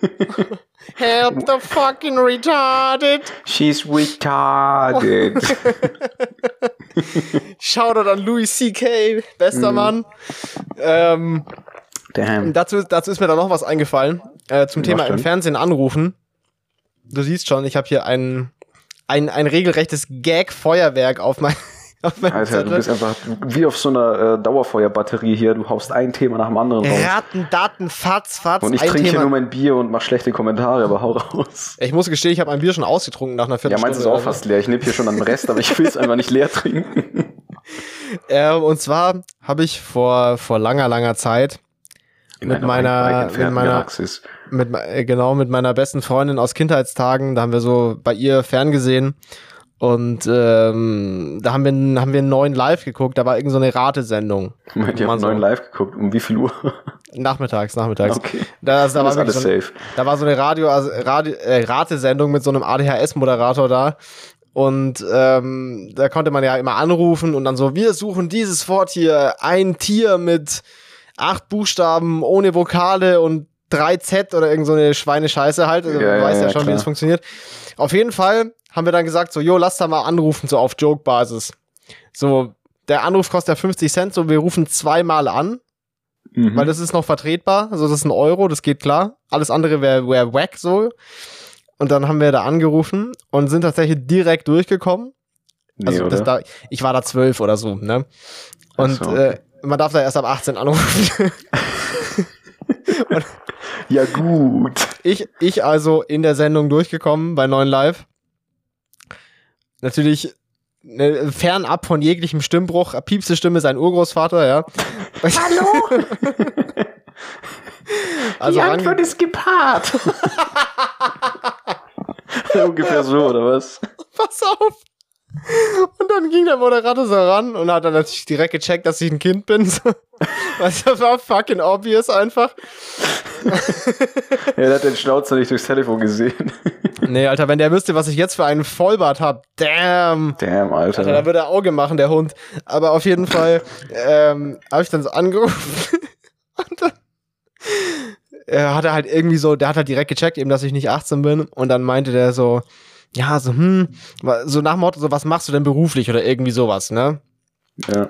Help the fucking retarded. She's retarded. Shoutout an Louis C K, bester mm. Mann. Ähm, Damn. Dazu, dazu ist mir da noch was eingefallen, äh, zum Thema im Fernsehen anrufen. Du siehst schon, ich habe hier ein, ein, ein regelrechtes Gag-Feuerwerk auf mein Auf Alter, Zettel. Du bist einfach wie auf so einer äh, Dauerfeuerbatterie hier. Du haust ein Thema nach dem anderen raus. Raten, Daten, Fatz, Fatz. Und ich trinke hier nur mein Bier und mach schlechte Kommentare, aber hau raus. Ich muss gestehen, ich habe mein Bier schon ausgetrunken nach einer Viertelstunde. Ja, meins ist auch also. fast leer. Ich nehme hier schon am Rest, aber ich will es einfach nicht leer trinken. äh, und zwar habe ich vor, vor langer, langer Zeit In mit meiner, mit meiner Galaxis. mit genau mit meiner besten Freundin aus Kindheitstagen, da haben wir so bei ihr ferngesehen. Und ähm, da haben wir, haben wir einen neuen Live geguckt, da war irgend so eine Ratesendung. Moment, ihr habt einen neuen Live geguckt? Um wie viel Uhr? Nachmittags, nachmittags. Okay. Da, da, da war ist alles so ein, safe. Da war so eine Radio, also Radio äh, Ratesendung mit so einem A D H S-Moderator da. Und ähm, da konnte man ja immer anrufen und dann so, wir suchen dieses Wort hier, ein Tier mit acht Buchstaben, ohne Vokale und drei Z oder irgend so eine Schweinescheiße halt. Also, ja, man weiß ja, ja schon, klar. wie das funktioniert. Auf jeden Fall haben wir dann gesagt, so, jo, lass da mal anrufen, so auf Joke-Basis. So, der Anruf kostet ja fünfzig Cent, so, wir rufen zweimal an, mhm. weil das ist noch vertretbar, also das ist ein Euro, das geht klar. Alles andere wäre wär wack, so. Und dann haben wir da angerufen und sind tatsächlich direkt durchgekommen. Nee, also, das da, ich war da zwölf oder so, ne? Und so. äh, man darf da erst ab achtzehn anrufen. Und ja, gut. Ich, ich also in der Sendung durchgekommen bei neun Live. Natürlich ne, fernab von jeglichem Stimmbruch. Piepste Stimme sein Urgroßvater, ja. Hallo! Also die Antwort ist gepaart. Ungefähr so, oder was? Pass auf. Und dann ging der Moderator so ran und hat dann natürlich direkt gecheckt, dass ich ein Kind bin. Was das war fucking obvious einfach. Ja, der hat den Schnauzer nicht durchs Telefon gesehen. Nee, Alter, wenn der wüsste, was ich jetzt für einen Vollbart hab, damn. Damn, Alter. Alter, da würde er Auge machen, der Hund. Aber auf jeden Fall ähm, habe ich dann so angerufen. Und dann er hat er halt irgendwie so, der hat halt direkt gecheckt, eben, dass ich nicht achtzehn bin. Und dann meinte der so, ja, so, hm, so nach dem Motto, so, was machst du denn beruflich oder irgendwie sowas, ne? Ja.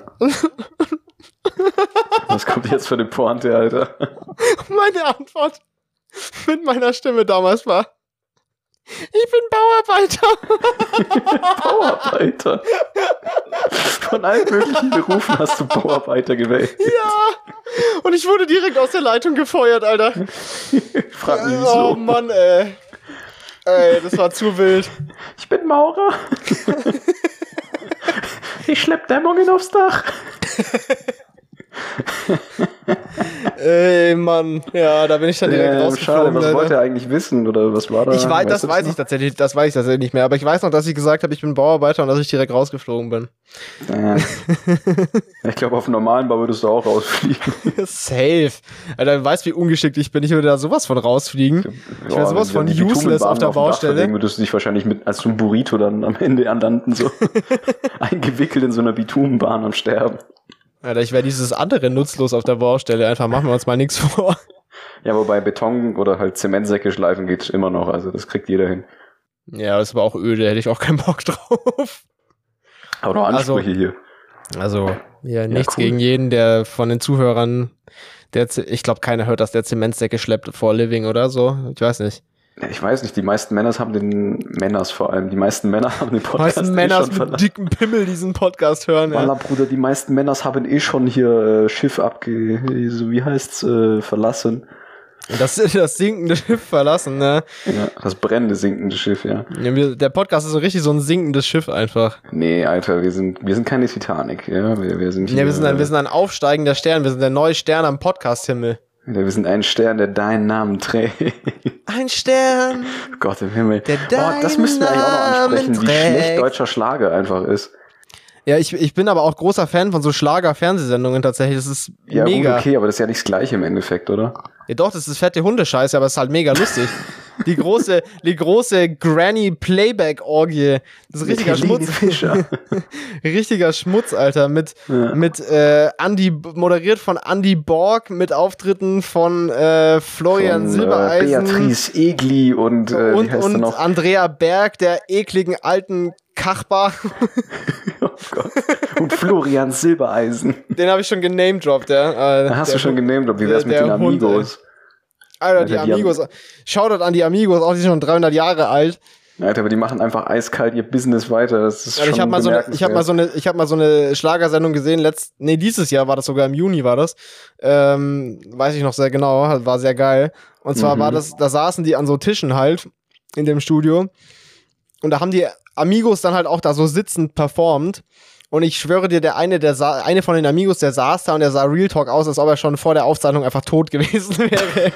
Was kommt jetzt für eine Pointe, Alter? Meine Antwort mit meiner Stimme damals war, ich bin Bauarbeiter. Bauarbeiter? Von allen möglichen Berufen hast du Bauarbeiter gewählt. Ja, und ich wurde direkt aus der Leitung gefeuert, Alter. Frag mich wieso. Oh Mann, ey. Ey, das war zu wild. Ich bin Maurer. Ich schlepp Dämmungen aufs Dach. Ey, Mann. Ja, da bin ich dann direkt äh, rausgeflogen. Schade, was Alter. wollte er eigentlich wissen? Oder was war da? Ich weiß, das du weiß noch? ich tatsächlich, das weiß ich tatsächlich nicht mehr. Aber ich weiß noch, dass ich gesagt habe, ich bin Bauarbeiter und dass ich direkt rausgeflogen bin. Ja. Ich glaube, auf einem normalen Bau würdest du auch rausfliegen. Safe. Alter, du weißt, wie ungeschickt ich bin. Ich würde da sowas von rausfliegen. Ich wäre sowas von useless auf der Baustelle. Deswegen würdest du dich wahrscheinlich mit als so ein Burrito dann am Ende anlanden, so eingewickelt in so einer Bitumenbahn am Sterben. Alter, ich wäre dieses andere nutzlos auf der Baustelle. Einfach machen wir uns mal nichts vor. Ja, wobei Beton oder halt Zementsäcke schleifen geht immer noch. Also das kriegt jeder hin. Ja, das war auch öde. Hätte ich auch keinen Bock drauf. Aber noch Ansprüche also, hier. Also, ja, nichts cool. gegen jeden, der von den Zuhörern, der, ich glaube, keiner hört, dass der Zementsäcke schleppt vor Living oder so. Ich weiß nicht. Ich weiß nicht, die meisten Männer haben den, Männers vor allem, die meisten Männer haben den Podcast Die meisten eh Männer schon mit verlassen. dicken Pimmel diesen Podcast hören. Walla, Ja. Bruder, die meisten Männer haben eh schon hier äh, Schiff abge... so wie heißt's, äh, verlassen. Das, das sinkende Schiff verlassen, ne? Ja, das brennende, sinkende Schiff, ja. Ja, wir, der Podcast ist so richtig so ein sinkendes Schiff einfach. Nee, Alter, wir sind, wir sind keine Titanic, ja. Wir, wir sind hier, Ja, wir sind ein, wir sind ein aufsteigender Stern, wir sind der neue Stern am Podcast-Himmel. Ja, wir sind ein Stern, der deinen Namen trägt. Ein Stern, Gott im Himmel. der Oh, das müssten wir eigentlich auch noch ansprechen, Namen wie schlecht trägt. deutscher Schlager einfach ist. Ja, ich, ich bin aber auch großer Fan von so Schlager-Fernsehsendungen tatsächlich. Das ist Ja, mega. gut, okay, aber das ist ja nicht das Gleiche im Endeffekt, oder? Ja doch, das ist fette Hundescheiße, aber es ist halt mega lustig. Die große, die große Granny-Playback-Orgie. Das ist richtiger Mit Helene Schmutz. Fischer. Richtiger Schmutz, Alter. Mit, Ja. mit äh, Andy, moderiert von Andy Borg, mit Auftritten von äh, Florian Von, Silbereisen. Äh, Beatrice Egli und, äh, und wie heißt und er noch? Andrea Berg, der ekligen alten Kachbar. Gott. Und Florian Silbereisen. Den habe ich schon genamedroppt, ja. Äh, hast du schon genamedroppt, wie wär's mit den Amigos? Hund, Alter, die Alter, Amigos. Shoutout an die Amigos, auch die sind schon dreihundert Jahre alt. Alter, aber die machen einfach eiskalt ihr Business weiter. Das ist also schon ich habe mal, so ich hab mal so eine, ich habe mal so eine Schlagersendung gesehen. Letzt, nee, dieses Jahr war das sogar im Juni war das. Ähm, weiß ich noch sehr genau, war sehr geil. Und zwar mhm. war das, da saßen die an so Tischen halt in dem Studio und da haben die Amigos dann halt auch da so sitzend performt. Und ich schwöre dir, der eine, der sa- eine von den Amigos, der saß da und der sah Real Talk aus, als ob er schon vor der Aufzeichnung einfach tot gewesen wäre.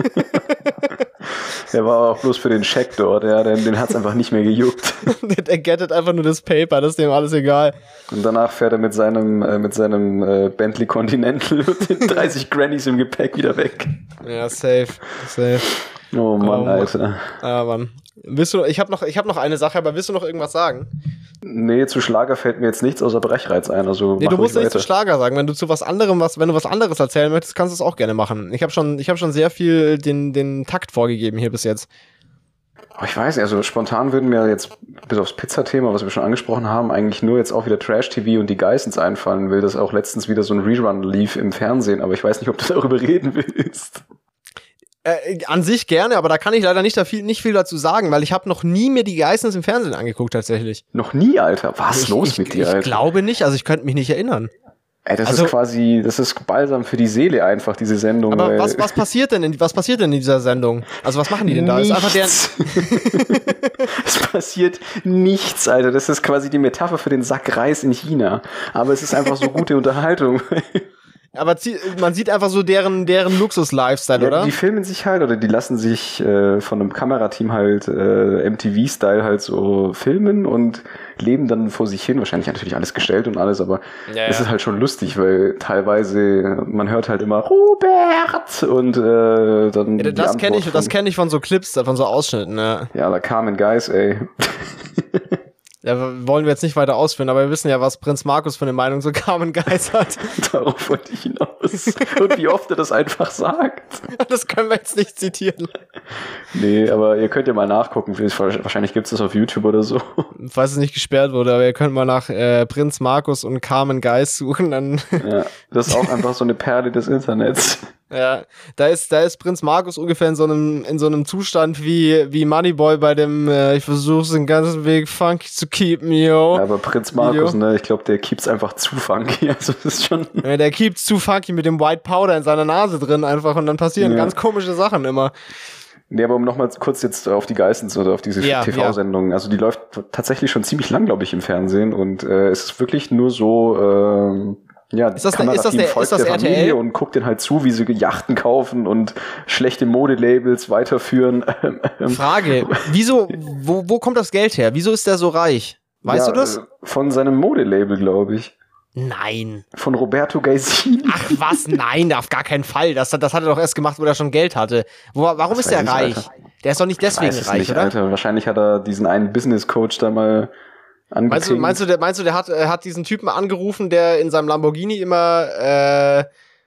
Der war auch bloß für den Scheck dort, ja, den, den hat's einfach nicht mehr gejuckt. Der gettet einfach nur das Paper, das ist dem alles egal. Und danach fährt er mit seinem, äh, mit seinem äh, Bentley Continental und den dreißig Grannies im Gepäck wieder weg. Ja, safe, safe. Oh Mann, oh, Alter. Ja, Mann. Willst du, ich habe noch, ich hab noch eine Sache, aber willst du noch irgendwas sagen? Nee, zu Schlager fällt mir jetzt nichts außer Brechreiz ein. Also nee, du musst nicht zu Schlager sagen. Wenn du zu was anderem, was, wenn du was anderes erzählen möchtest, kannst du es auch gerne machen. Ich habe schon, ich hab schon sehr viel den, den Takt vorgegeben hier bis jetzt. Oh, ich weiß nicht, also spontan würden mir jetzt, bis aufs Pizza-Thema, was wir schon angesprochen haben, eigentlich nur jetzt auch wieder Trash-T V und die Geissens einfallen will, dass auch letztens wieder so ein Rerun lief im Fernsehen, aber ich weiß nicht, ob du darüber reden willst. Äh, an sich gerne, aber da kann ich leider nicht, da viel, nicht viel dazu sagen, weil ich habe noch nie mir die Geissens im Fernsehen angeguckt, tatsächlich. Noch nie, Alter? Was ist los ich, mit dir, Alter? Ich glaube nicht, also ich könnte mich nicht erinnern. Ey, das also, ist quasi, das ist Balsam für die Seele einfach, diese Sendung. Aber was, was passiert denn in, was passiert denn in dieser Sendung? Also was machen die denn da? Nichts. Ist einfach deren es passiert nichts, Alter. Das ist quasi die Metapher für den Sack Reis in China. Aber es ist einfach so gute Unterhaltung. Aber man sieht einfach so deren, deren Luxus-Lifestyle, ja, oder? Die filmen sich halt, oder die lassen sich äh, von einem Kamerateam halt äh, M T V-Style halt so filmen und leben dann vor sich hin. Wahrscheinlich natürlich alles gestellt und alles, aber es ja, ja. ist halt schon lustig, weil teilweise, man hört halt immer Robert und äh, dann ja, das kenne ich, das kenne ich von so Clips, von so Ausschnitten, ja. Ja, da Carmen Geis, ey. Ja, wollen wir jetzt nicht weiter ausführen, aber wir wissen ja, was Prinz Markus für eine Meinung so Carmen Geis hat. Darauf wollte ich hinaus. Und wie oft er das einfach sagt. Das können wir jetzt nicht zitieren. Nee, aber ihr könnt ja mal nachgucken. Wahrscheinlich gibt es das auf YouTube oder so. Falls es nicht gesperrt wurde, aber ihr könnt mal nach äh, Prinz Markus und Carmen Geis suchen. Dann ja, das ist auch einfach so eine Perle des Internets. Ja, da ist, da ist Prinz Markus ungefähr in so einem, in so einem Zustand wie, wie Moneyboy bei dem, äh, ich versuche den ganzen Weg funky zu keepen, yo. Ja, aber Prinz Markus, Video. ne, ich glaube, der keeps einfach zu funky, also das ist schon... Ja, der keeps zu funky mit dem White Powder in seiner Nase drin einfach und dann passieren ja. ganz komische Sachen immer. Nee, aber um nochmal kurz jetzt auf die Geissens oder auf diese ja, T V-Sendung, ja. also die läuft tatsächlich schon ziemlich lang, glaube ich, im Fernsehen und äh, es ist wirklich nur so... Ähm, Ja, ist das, der, ist das, der, folgt ist das der R T L? Familie und guckt den halt zu, wie sie Yachten kaufen und schlechte Modelabels weiterführen. Frage, wieso, wo, wo kommt das Geld her? Wieso ist der so reich? Weißt ja, du das? Von seinem Modelabel, glaube ich. Nein. Von Roberto Gaisini. Ach was, nein, auf gar keinen Fall. Das, das hat er doch erst gemacht, wo er schon Geld hatte. Wo, warum das ist der nicht, reich? Alter. Der ist doch nicht deswegen reich, nicht, oder? Alter. Wahrscheinlich hat er diesen einen Business-Coach da mal... Meinst du, meinst du, der, meinst du, der hat, er hat diesen Typen angerufen, der in seinem Lamborghini immer, äh,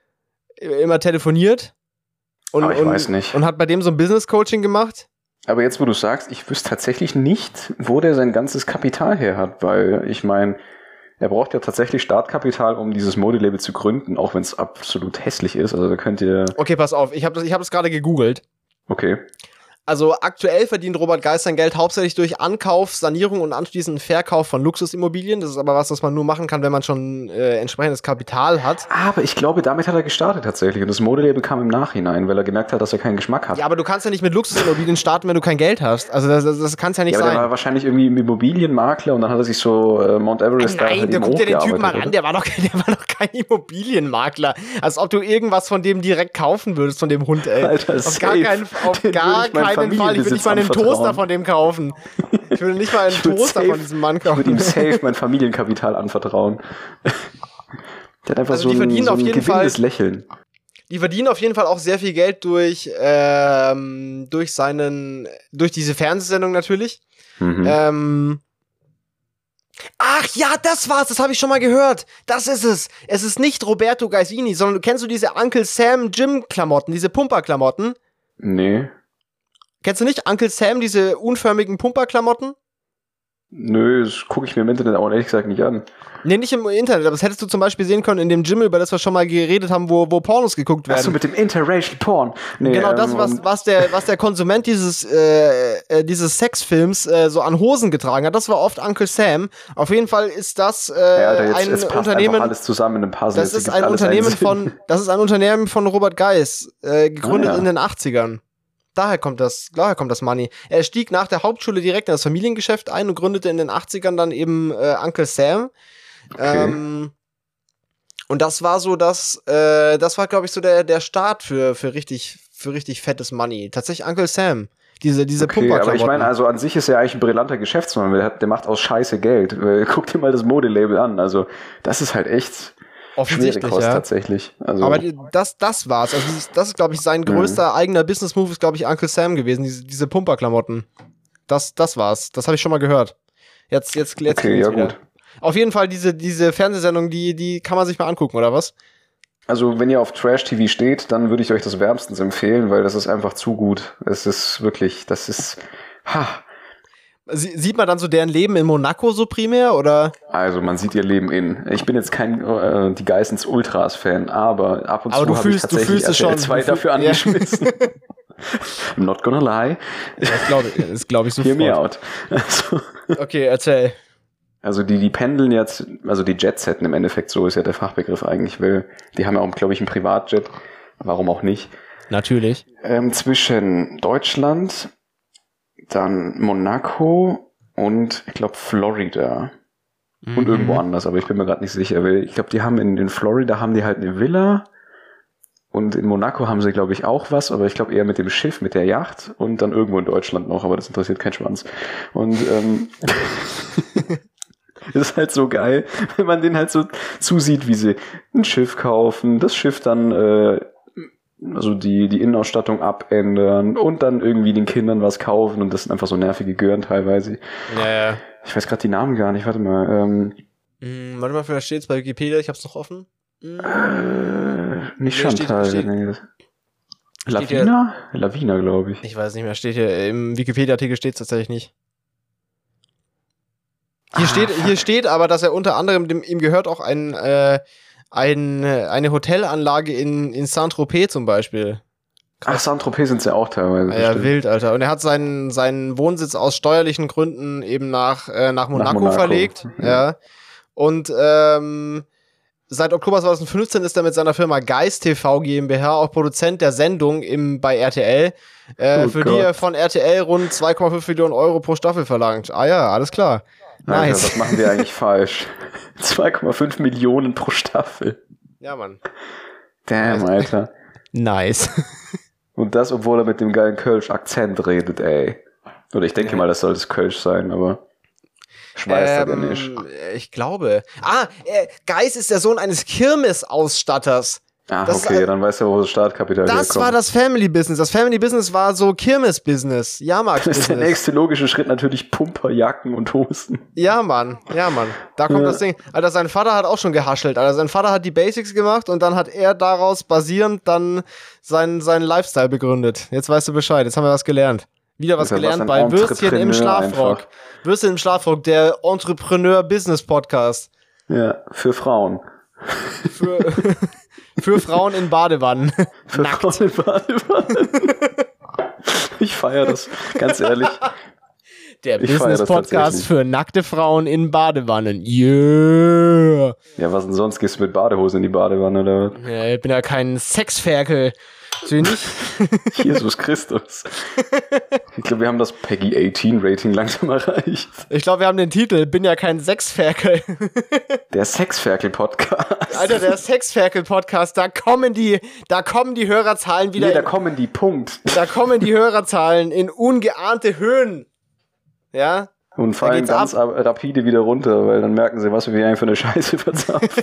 immer telefoniert? Und, Aber ich und, weiß nicht. Und hat bei dem so ein Business-Coaching gemacht? Aber jetzt, wo du sagst, ich wüsste tatsächlich nicht, wo der sein ganzes Kapital her hat, weil ich meine, er braucht ja tatsächlich Startkapital, um dieses Modelabel zu gründen, auch wenn es absolut hässlich ist. Also da könnt ihr. Okay, pass auf, ich habe das, ich hab das gerade gegoogelt. Okay. Also aktuell verdient Robert Geis sein Geld hauptsächlich durch Ankauf, Sanierung und anschließend Verkauf von Luxusimmobilien. Das ist aber was, was man nur machen kann, wenn man schon äh, entsprechendes Kapital hat. Aber ich glaube, damit hat er gestartet tatsächlich. Und das Modelabel kam im Nachhinein, weil er gemerkt hat, dass er keinen Geschmack hat. Ja, aber du kannst ja nicht mit Luxusimmobilien starten, wenn du kein Geld hast. Also das, das, das kann es ja nicht ja, aber sein. Der war wahrscheinlich irgendwie Immobilienmakler und dann hat er sich so äh, Mount Everest Nein, da halt da guck dir den Typen mal oder? an, der war, doch, der war doch kein Immobilienmakler. Als ob du irgendwas von dem direkt kaufen würdest, von dem Hund, ey. Alter, auf safe. gar keinen, auf gar keinen Fall. Ich will nicht mal einen Toaster von dem kaufen. Ich will nicht mal einen Toaster safe, von diesem Mann kaufen. Ich würde ihm safe mein Familienkapital anvertrauen. Der hat einfach also so ein, so ein gewinnendes Lächeln. Die verdienen auf jeden Fall auch sehr viel Geld durch, ähm, durch seinen, durch diese Fernsehsendung natürlich. Mhm. Ähm, Ach ja, das war's, das habe ich schon mal gehört. Das ist es. Es ist nicht Roberto Gaisini, sondern kennst du diese Uncle Sam Gym Klamotten, diese Pumper-Klamotten? Nee. Kennst du nicht Uncle Sam, diese unförmigen Pumperklamotten? Nö, das gucke ich mir im Internet auch ehrlich gesagt nicht an. Nee, nicht im Internet, aber das hättest du zum Beispiel sehen können in dem Gym, über das wir schon mal geredet haben, wo, wo Pornos geguckt werden. Achso, mit dem Interracial Porn. Nee, genau das, ähm, was, was, der, was der Konsument dieses, äh, äh, dieses Sexfilms äh, so an Hosen getragen hat, das war oft Uncle Sam. Auf jeden Fall ist das äh, ja, Alter, jetzt, ein jetzt passt Unternehmen. Alles zusammen in einem Puzzle. Das ist ein Unternehmen von, das ist ein Unternehmen von Robert Geis, äh, gegründet ah, ja. in den achtzigern. Daher kommt das, daher kommt das Money. Er stieg nach der Hauptschule direkt in das Familiengeschäft ein und gründete in den achtzigern dann eben äh, Uncle Sam. Okay. Ähm, und das war so das, äh, das war, glaube ich, so der, der Start für, für richtig, für richtig fettes Money. Tatsächlich Uncle Sam. Diese, diese okay, Pumperklamotten. Aber ich meine, also an sich ist er eigentlich ein brillanter Geschäftsmann, der, der macht aus Scheiße Geld. Guck dir mal das Modelabel an. Also, das ist halt echt offensichtlich, Kost, ja. tatsächlich. Also aber die, das, das war's. Also, das, das ist, glaube ich, sein größter mhm. eigener Business-Move ist, glaube ich, Uncle Sam gewesen. Diese, diese Pumperklamotten. Das, das war's. Das habe ich schon mal gehört. Jetzt, jetzt, jetzt okay, ja, wieder. Gut. Auf jeden Fall, diese, diese Fernsehsendung, die, die kann man sich mal angucken, oder was? Also, wenn ihr auf Trash-T V steht, dann würde ich euch das wärmstens empfehlen, weil das ist einfach zu gut. Es ist wirklich, das ist, ha. Sie, sieht man dann so deren Leben in Monaco so primär, oder? Also, man sieht ihr Leben in. Ich bin jetzt kein äh, die Geissens Ultras-Fan, aber ab und aber zu habe ich tatsächlich R T L zwei dafür angeschmissen. Ja. I'm not gonna lie. Ja, das glaube ich, glaub ich sofort. Hear me out. Also, okay, erzähl. Also die, die pendeln jetzt, also die Jetsetten im Endeffekt, so ist ja der Fachbegriff eigentlich, weil die haben ja auch, glaube ich, einen Privatjet, warum auch nicht. Natürlich. Ähm, zwischen Deutschland, dann Monaco und ich glaube Florida mhm. und irgendwo anders, aber ich bin mir gerade nicht sicher, weil ich glaube, die haben in, in Florida haben die halt eine Villa und in Monaco haben sie, glaube ich, auch was, aber ich glaube eher mit dem Schiff, mit der Yacht und dann irgendwo in Deutschland noch, aber das interessiert keinen Schwanz. Und ähm ist halt so geil, wenn man den halt so zusieht, wie sie ein Schiff kaufen, das Schiff dann, äh, also die, die Innenausstattung abändern und dann irgendwie den Kindern was kaufen und das sind einfach so nervige Gören teilweise. Ja, ja. Ich weiß gerade die Namen gar nicht, warte mal. Ähm, mm, warte mal, vielleicht steht's bei Wikipedia, ich hab's noch offen. Mm. Äh, nicht nee, Chantal. Steht, steht, nee. Lavina? Hier, Lavina, glaube ich. Ich weiß nicht mehr, steht hier, im Wikipedia-Artikel steht's tatsächlich nicht. Hier, ah, steht, hier steht aber, dass er unter anderem, dem, ihm gehört auch ein, äh, ein, eine Hotelanlage in, in Saint-Tropez zum Beispiel. Krass. Ach, Saint-Tropez sind sie ja auch teilweise. Ja, bestimmt. Wild, Alter. Und er hat seinen, seinen Wohnsitz aus steuerlichen Gründen eben nach, äh, nach, Monaco, nach Monaco verlegt. Mhm. Ja. Und ähm, seit Oktober zweitausendfünfzehn ist er mit seiner Firma Geist T V GmbH auch Produzent der Sendung im, bei R T L, äh, oh für Gott. die er von R T L rund zwei Komma fünf Millionen Euro pro Staffel verlangt. Ah ja, alles klar. Nice. Alter, was machen wir eigentlich falsch? zwei Komma fünf Millionen pro Staffel. Ja, Mann. Damn, Alter. Nice. Und das, obwohl er mit dem geilen Kölsch-Akzent redet, ey. Oder ich denke ja. mal, das soll das Kölsch sein, aber ich weiß ähm, aber nicht. Ich glaube. Ah, äh, Geis ist der Sohn eines Kirmesausstatters. Ach, das okay, ist, dann weißt du, wo das Startkapital Das herkommt. war das Family Business. Das Family Business war so Kirmes-Business. Jahrmarkt-Business. Das ist der nächste logische Schritt natürlich Pumperjacken und Hosen. Ja, Mann. Ja, Mann. Da kommt ja. das Ding. Alter, sein Vater hat auch schon gehaschelt. Alter, sein Vater hat die Basics gemacht und dann hat er daraus basierend dann seinen, seinen Lifestyle begründet. Jetzt weißt du Bescheid. Jetzt haben wir was gelernt. Wieder was gelernt was bei Würstchen im Schlafrock. Einfach. Würstchen im Schlafrock, der Entrepreneur-Business-Podcast. Ja, für Frauen. Für... Für Frauen in Badewannen. Für Nackt. Frauen in Badewannen. Ich feiere das, ganz ehrlich. Der Business-Podcast für nackte Frauen in Badewannen. Yeah. Ja, was denn sonst? Gehst du mit Badehose in die Badewanne, oder? Ja, ich bin ja kein Sexferkel. Sehe nicht? Jesus Christus. Ich glaube, wir haben das Peggy achtzehn Rating langsam erreicht. Ich glaube, wir haben den Titel, bin ja kein Sexferkel. Der Sexferkel-Podcast. Alter, der Sexferkel-Podcast, da kommen die, da kommen die Hörerzahlen wieder. Nee, da in, kommen die, Punkt. Da kommen die Hörerzahlen in ungeahnte Höhen. Ja? Und fallen ganz ab. rapide wieder runter, weil dann merken sie, was wir eigentlich für eine Scheiße verzapfen.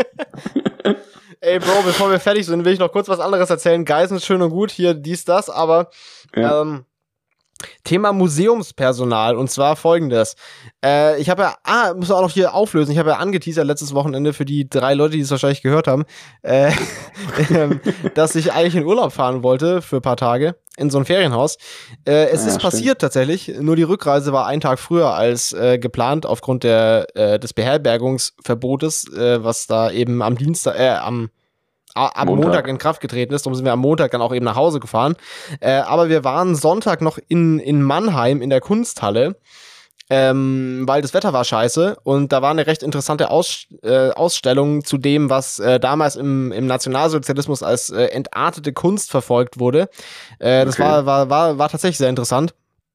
Ey, Bro, bevor wir fertig sind, will ich noch kurz was anderes erzählen. Geisen ist schön und gut, hier dies, das, aber ja. ähm, Thema Museumspersonal, und zwar folgendes. Äh, ich habe ja, ah, muss auch noch hier auflösen, ich habe ja angeteasert letztes Wochenende für die drei Leute, die es wahrscheinlich gehört haben, äh, äh, dass ich eigentlich in Urlaub fahren wollte für ein paar Tage in so ein Ferienhaus. Äh, es ja, ist passiert stimmt. tatsächlich, nur die Rückreise war einen Tag früher als äh, geplant aufgrund der, äh, des Beherbergungsverbotes, äh, was da eben am Dienstag, äh, am am Montag. Montag in Kraft getreten ist. Darum sind wir am Montag dann auch eben nach Hause gefahren. Äh, aber wir waren Sonntag noch in, in Mannheim in der Kunsthalle, ähm, weil das Wetter war scheiße. Und da war eine recht interessante Aus, äh, Ausstellung zu dem, was äh, damals im, im Nationalsozialismus als äh, entartete Kunst verfolgt wurde. Äh, das okay. war, war, war, war tatsächlich sehr interessant.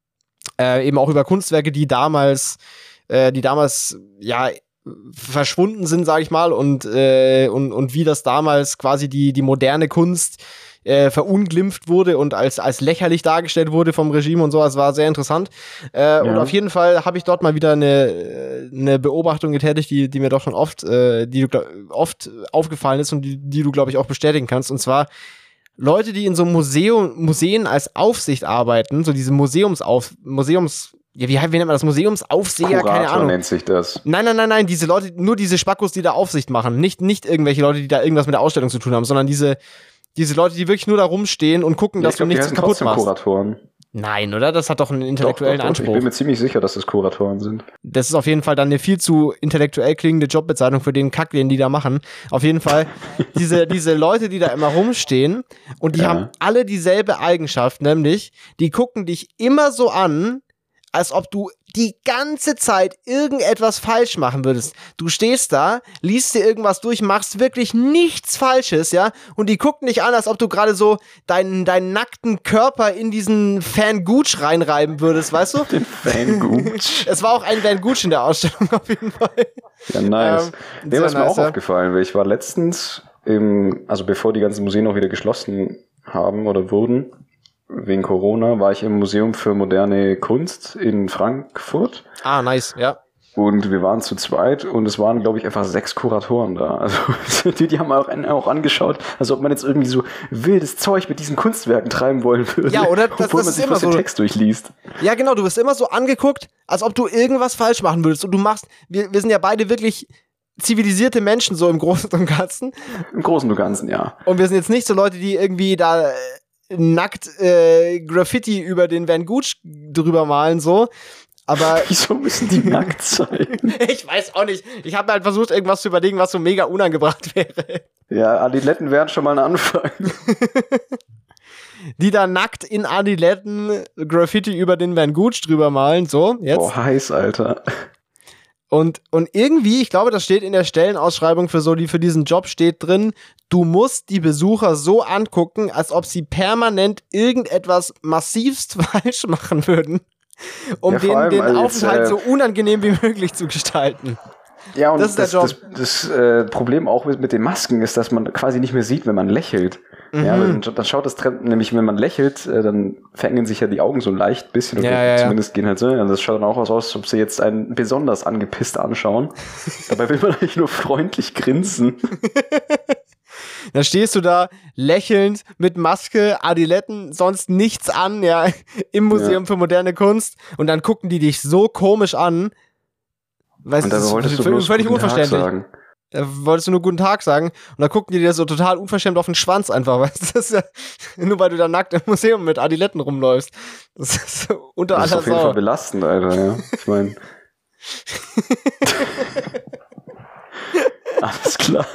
Äh, eben auch über Kunstwerke, die damals, äh, die damals, ja, verschwunden sind, sag ich mal, und, äh, und, und wie das damals quasi die, die moderne Kunst äh, verunglimpft wurde und als, als lächerlich dargestellt wurde vom Regime und so. Das war sehr interessant. Äh, ja. Und auf jeden Fall habe ich dort mal wieder eine, eine Beobachtung getätigt, die, die mir doch schon oft, äh, die du, oft aufgefallen ist und die, die du, glaube ich, auch bestätigen kannst. Und zwar Leute, die in so Museum, Museen als Aufsicht arbeiten, so diese Museumsauf, Museums Ja, wie, wie nennt man das? Museumsaufseher? Kurator keine Ahnung. nennt sich das. Nein, nein, nein, nein, diese Leute, nur diese Spackos, die da Aufsicht machen. Nicht, nicht irgendwelche Leute, die da irgendwas mit der Ausstellung zu tun haben, sondern diese, diese Leute, die wirklich nur da rumstehen und gucken, ja, dass glaub, du nichts kaputt machst. Kuratoren. Nein, oder? Das hat doch einen intellektuellen doch, doch, doch. Anspruch. Ich bin mir ziemlich sicher, dass es Kuratoren sind. Das ist auf jeden Fall dann eine viel zu intellektuell klingende Jobbezeichnung für den Kack, den die da machen. Auf jeden Fall diese, diese Leute, die da immer rumstehen und die ja. haben alle dieselbe Eigenschaft, nämlich, die gucken dich immer so an, als ob du die ganze Zeit irgendetwas falsch machen würdest. Du stehst da, liest dir irgendwas durch, machst wirklich nichts Falsches, ja, und die gucken dich an, als ob du gerade so deinen, deinen nackten Körper in diesen Van Gooch reinreiben würdest, weißt du? Den Van Gooch. Es war auch ein Van Gooch in der Ausstellung auf jeden Fall. Ja, nice. Ähm, Dem ist mir nice, auch ja. aufgefallen, weil ich war letztens, im, also bevor die ganzen Museen auch wieder geschlossen haben oder wurden, wegen Corona, war ich im Museum für moderne Kunst in Frankfurt. Ah, nice, ja. Und wir waren zu zweit und es waren, glaube ich, einfach sechs Kuratoren da. Also die, die haben auch, auch angeschaut, als ob man jetzt irgendwie so wildes Zeug mit diesen Kunstwerken treiben wollen würde. Ja, oder? Das, obwohl das man ist sich immer den so. Text durchliest. Ja, genau, du wirst immer so angeguckt, als ob du irgendwas falsch machen würdest. Und du machst, wir, wir sind ja beide wirklich zivilisierte Menschen, so im Großen und Ganzen. Im Großen und Ganzen, ja. Und wir sind jetzt nicht so Leute, die irgendwie da nackt äh, Graffiti über den Van Gooch drüber malen, so. Aber wieso müssen die nackt sein? Ich weiß auch nicht. Ich habe halt versucht, irgendwas zu überlegen, was so mega unangebracht wäre. Ja, Adiletten wären schon mal ein Anfang. Die da nackt in Adiletten Graffiti über den Van Gooch drüber malen, so, jetzt. Oh, heiß, Alter. Und, und irgendwie, ich glaube, das steht in der Stellenausschreibung für so, die für diesen Job steht drin, du musst die Besucher so angucken, als ob sie permanent irgendetwas massivst falsch machen würden, um ja, den, allem, den also Aufenthalt jetzt, äh, so unangenehm wie möglich zu gestalten. Ja, und das, ist das, der Job. das, das äh, Problem auch mit, mit den Masken ist, dass man quasi nicht mehr sieht, wenn man lächelt. Mhm. Ja, dann, dann schaut das Trend, nämlich wenn man lächelt, äh, dann verengen sich ja die Augen so leicht ein bisschen, oder ja, ja, zumindest ja. gehen halt so. Und das schaut dann auch aus, als ob sie jetzt einen besonders angepisst anschauen. Dabei will man eigentlich nur freundlich grinsen. Da stehst du da lächelnd mit Maske, Adiletten, sonst nichts an, ja, im Museum ja. für moderne Kunst, und dann gucken die dich so komisch an. Weißt, und dann das wolltest ist du bloß völlig guten unverständlich. Tag sagen. Da wolltest du nur guten Tag sagen und dann gucken die dir so total unverschämt auf den Schwanz einfach, weißt du? Das ist ja, nur weil du da nackt im Museum mit Adiletten rumläufst. Das ist so unter aller Sau. Das ist auf jeden Fall belastend, Alter, ja. Ich meine. Alles klar.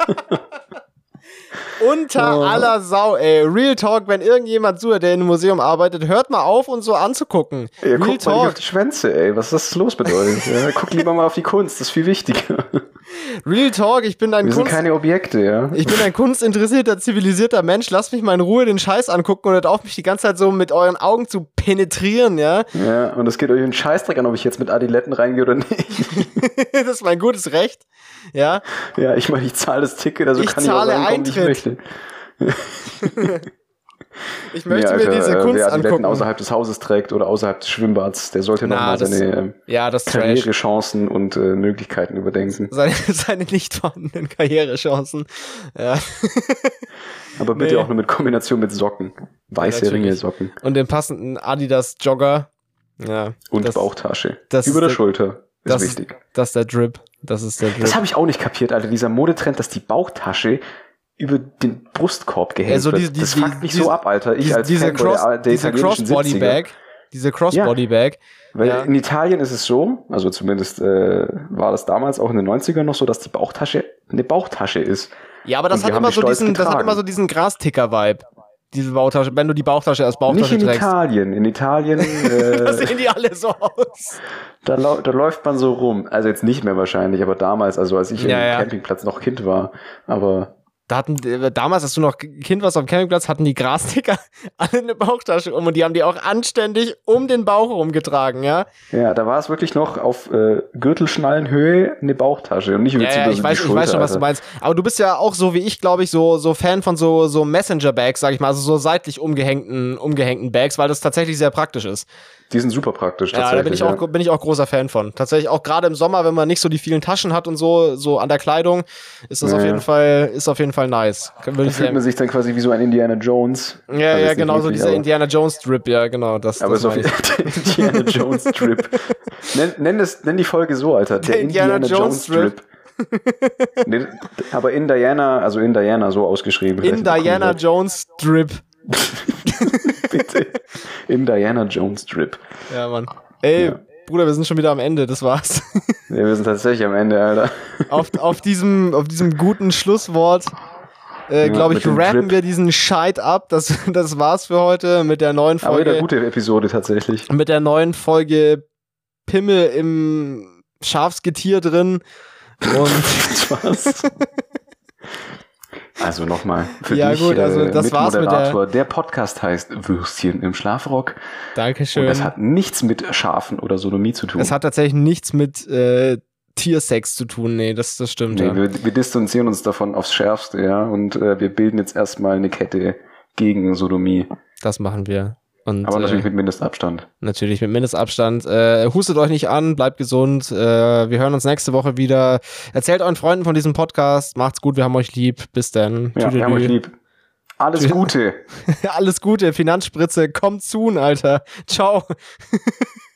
Unter oh. aller Sau, ey. Real Talk, wenn irgendjemand zuhört, der in einem Museum arbeitet, hört mal auf, uns so anzugucken. Ey, Real guck Talk. mal nicht auf die Schwänze, ey. Was ist das los mit euch? Ja, guck lieber mal auf die Kunst, das ist viel wichtiger. Real Talk, ich bin ein Wir Kunst... sind keine Objekte, ja. Ich bin ein kunstinteressierter, zivilisierter Mensch. Lasst mich mal in Ruhe den Scheiß angucken und hört auf, mich die ganze Zeit so mit euren Augen zu penetrieren, ja. Ja, und es geht euch einen Scheißdreck an, ob ich jetzt mit Adiletten reingehe oder nicht. Das ist mein gutes Recht, ja. Ja, ich meine, ich zahle das Ticket, also ich kann ich auch reinkommen, wie ich möchte. Ich möchte nee, Alter, mir diese Kunst wer angucken. Adiletten außerhalb des Hauses trägt oder außerhalb des Schwimmbads, der sollte nochmal seine ja, Karrierechancen und äh, Möglichkeiten überdenken. Seine, seine nicht vorhandenen Karrierechancen. Ja. Aber bitte nee. auch nur mit Kombination mit Socken. Weiße ja, Ringelsocken. Und den passenden Adidas Jogger. Ja. Und das, Bauchtasche. Das Über der der, Schulter. Ist das wichtig. Ist, das ist der Drip. Das ist der Drip. Das habe ich auch nicht kapiert, Alter. Dieser Modetrend, dass die Bauchtasche über den Brustkorb gehängt also die, wird. die, das die, fuckt mich die, so ab, Alter. Ich die, als diese Fanboy Cross, der, der diese italienischen Crossbody siebziger. Bag. Diese Crossbody ja. Bag. Weil ja. in Italien ist es so, also zumindest äh, war das damals auch in den neunzigern noch so, dass die Bauchtasche eine Bauchtasche ist. Ja, aber das, hat hat, immer so diesen, das hat immer so diesen Grasticker-Vibe. Diese Bauchtasche, wenn du die Bauchtasche als Bauchtasche Nicht in trägst. Italien. In Italien äh, da sehen die alle so aus. Da, da läuft man so rum. Also jetzt nicht mehr wahrscheinlich, aber damals, also als ich ja, im ja. Campingplatz noch Kind war. Aber da hatten, damals, als du noch Kind warst auf dem Campingplatz, hatten die Grasticker alle eine Bauchtasche um und die haben die auch anständig um den Bauch rumgetragen, ja? Ja, da war es wirklich noch auf äh, Gürtelschnallenhöhe eine Bauchtasche und nicht ja, über ja, die ich weiß, Schulter, ich weiß schon, was Alter. du meinst. Aber du bist ja auch so wie ich, glaube ich, so, so Fan von so, so Messenger-Bags, sag ich mal, also so seitlich umgehängten, umgehängten Bags, weil das tatsächlich sehr praktisch ist. Die sind super praktisch, Ja, tatsächlich. da bin ich, auch, ja. bin ich auch großer Fan von. Tatsächlich auch gerade im Sommer, wenn man nicht so die vielen Taschen hat und so, so an der Kleidung, ist das ja, auf jeden ja. Fall, ist auf jeden Fall nice. Da fühlt man sich dann quasi wie so ein Indiana Jones. Ja, also ja, genau, so wirklich, dieser aber, Indiana Jones Drip, ja, genau. Das, aber das so Indiana Jones Drip. Nenn, nenn, es, nenn die Folge so, Alter. Der, Der Indiana, Indiana Jones, Jones Drip. nee, aber in Diana, also in Diana so ausgeschrieben. In Diana Jones Drip. Bitte. In Diana Jones Drip. Ja, Mann. Ey, Ja. Bruder, wir sind schon wieder am Ende, das war's. Ja, wir sind tatsächlich am Ende, Alter. auf, auf, diesem, auf diesem guten Schlusswort, äh, Ja, glaube ich, mit dem rappen Drip. wir diesen Scheit ab. Das, das war's für heute mit der neuen Aber wieder Folge. gute Episode tatsächlich. Mit der neuen Folge Pimmel im Schafsgetier drin. Und Was? Also nochmal für Ja, dich, gut, also äh, das war's mit Mitmoderator. Der Podcast heißt Würstchen im Schlafrock. Dankeschön. Und das hat nichts mit Schafen oder Sodomie zu tun. Es hat tatsächlich nichts mit äh, Tiersex zu tun. Nee, das, das stimmt. nee, ja. wir, wir distanzieren uns davon aufs Schärfste, ja. Und äh, wir bilden jetzt erstmal eine Kette gegen Sodomie. Das machen wir. Und, Aber natürlich äh, mit Mindestabstand. natürlich mit Mindestabstand. Äh, hustet euch nicht an, bleibt gesund. Äh, wir hören uns nächste Woche wieder. Erzählt euren Freunden von diesem Podcast. Macht's gut, wir haben euch lieb. Bis dann. Ja, wir haben euch lieb. Alles Tschüss. Gute. Alles Gute. Finanzspritze, kommt zu, Alter. Ciao.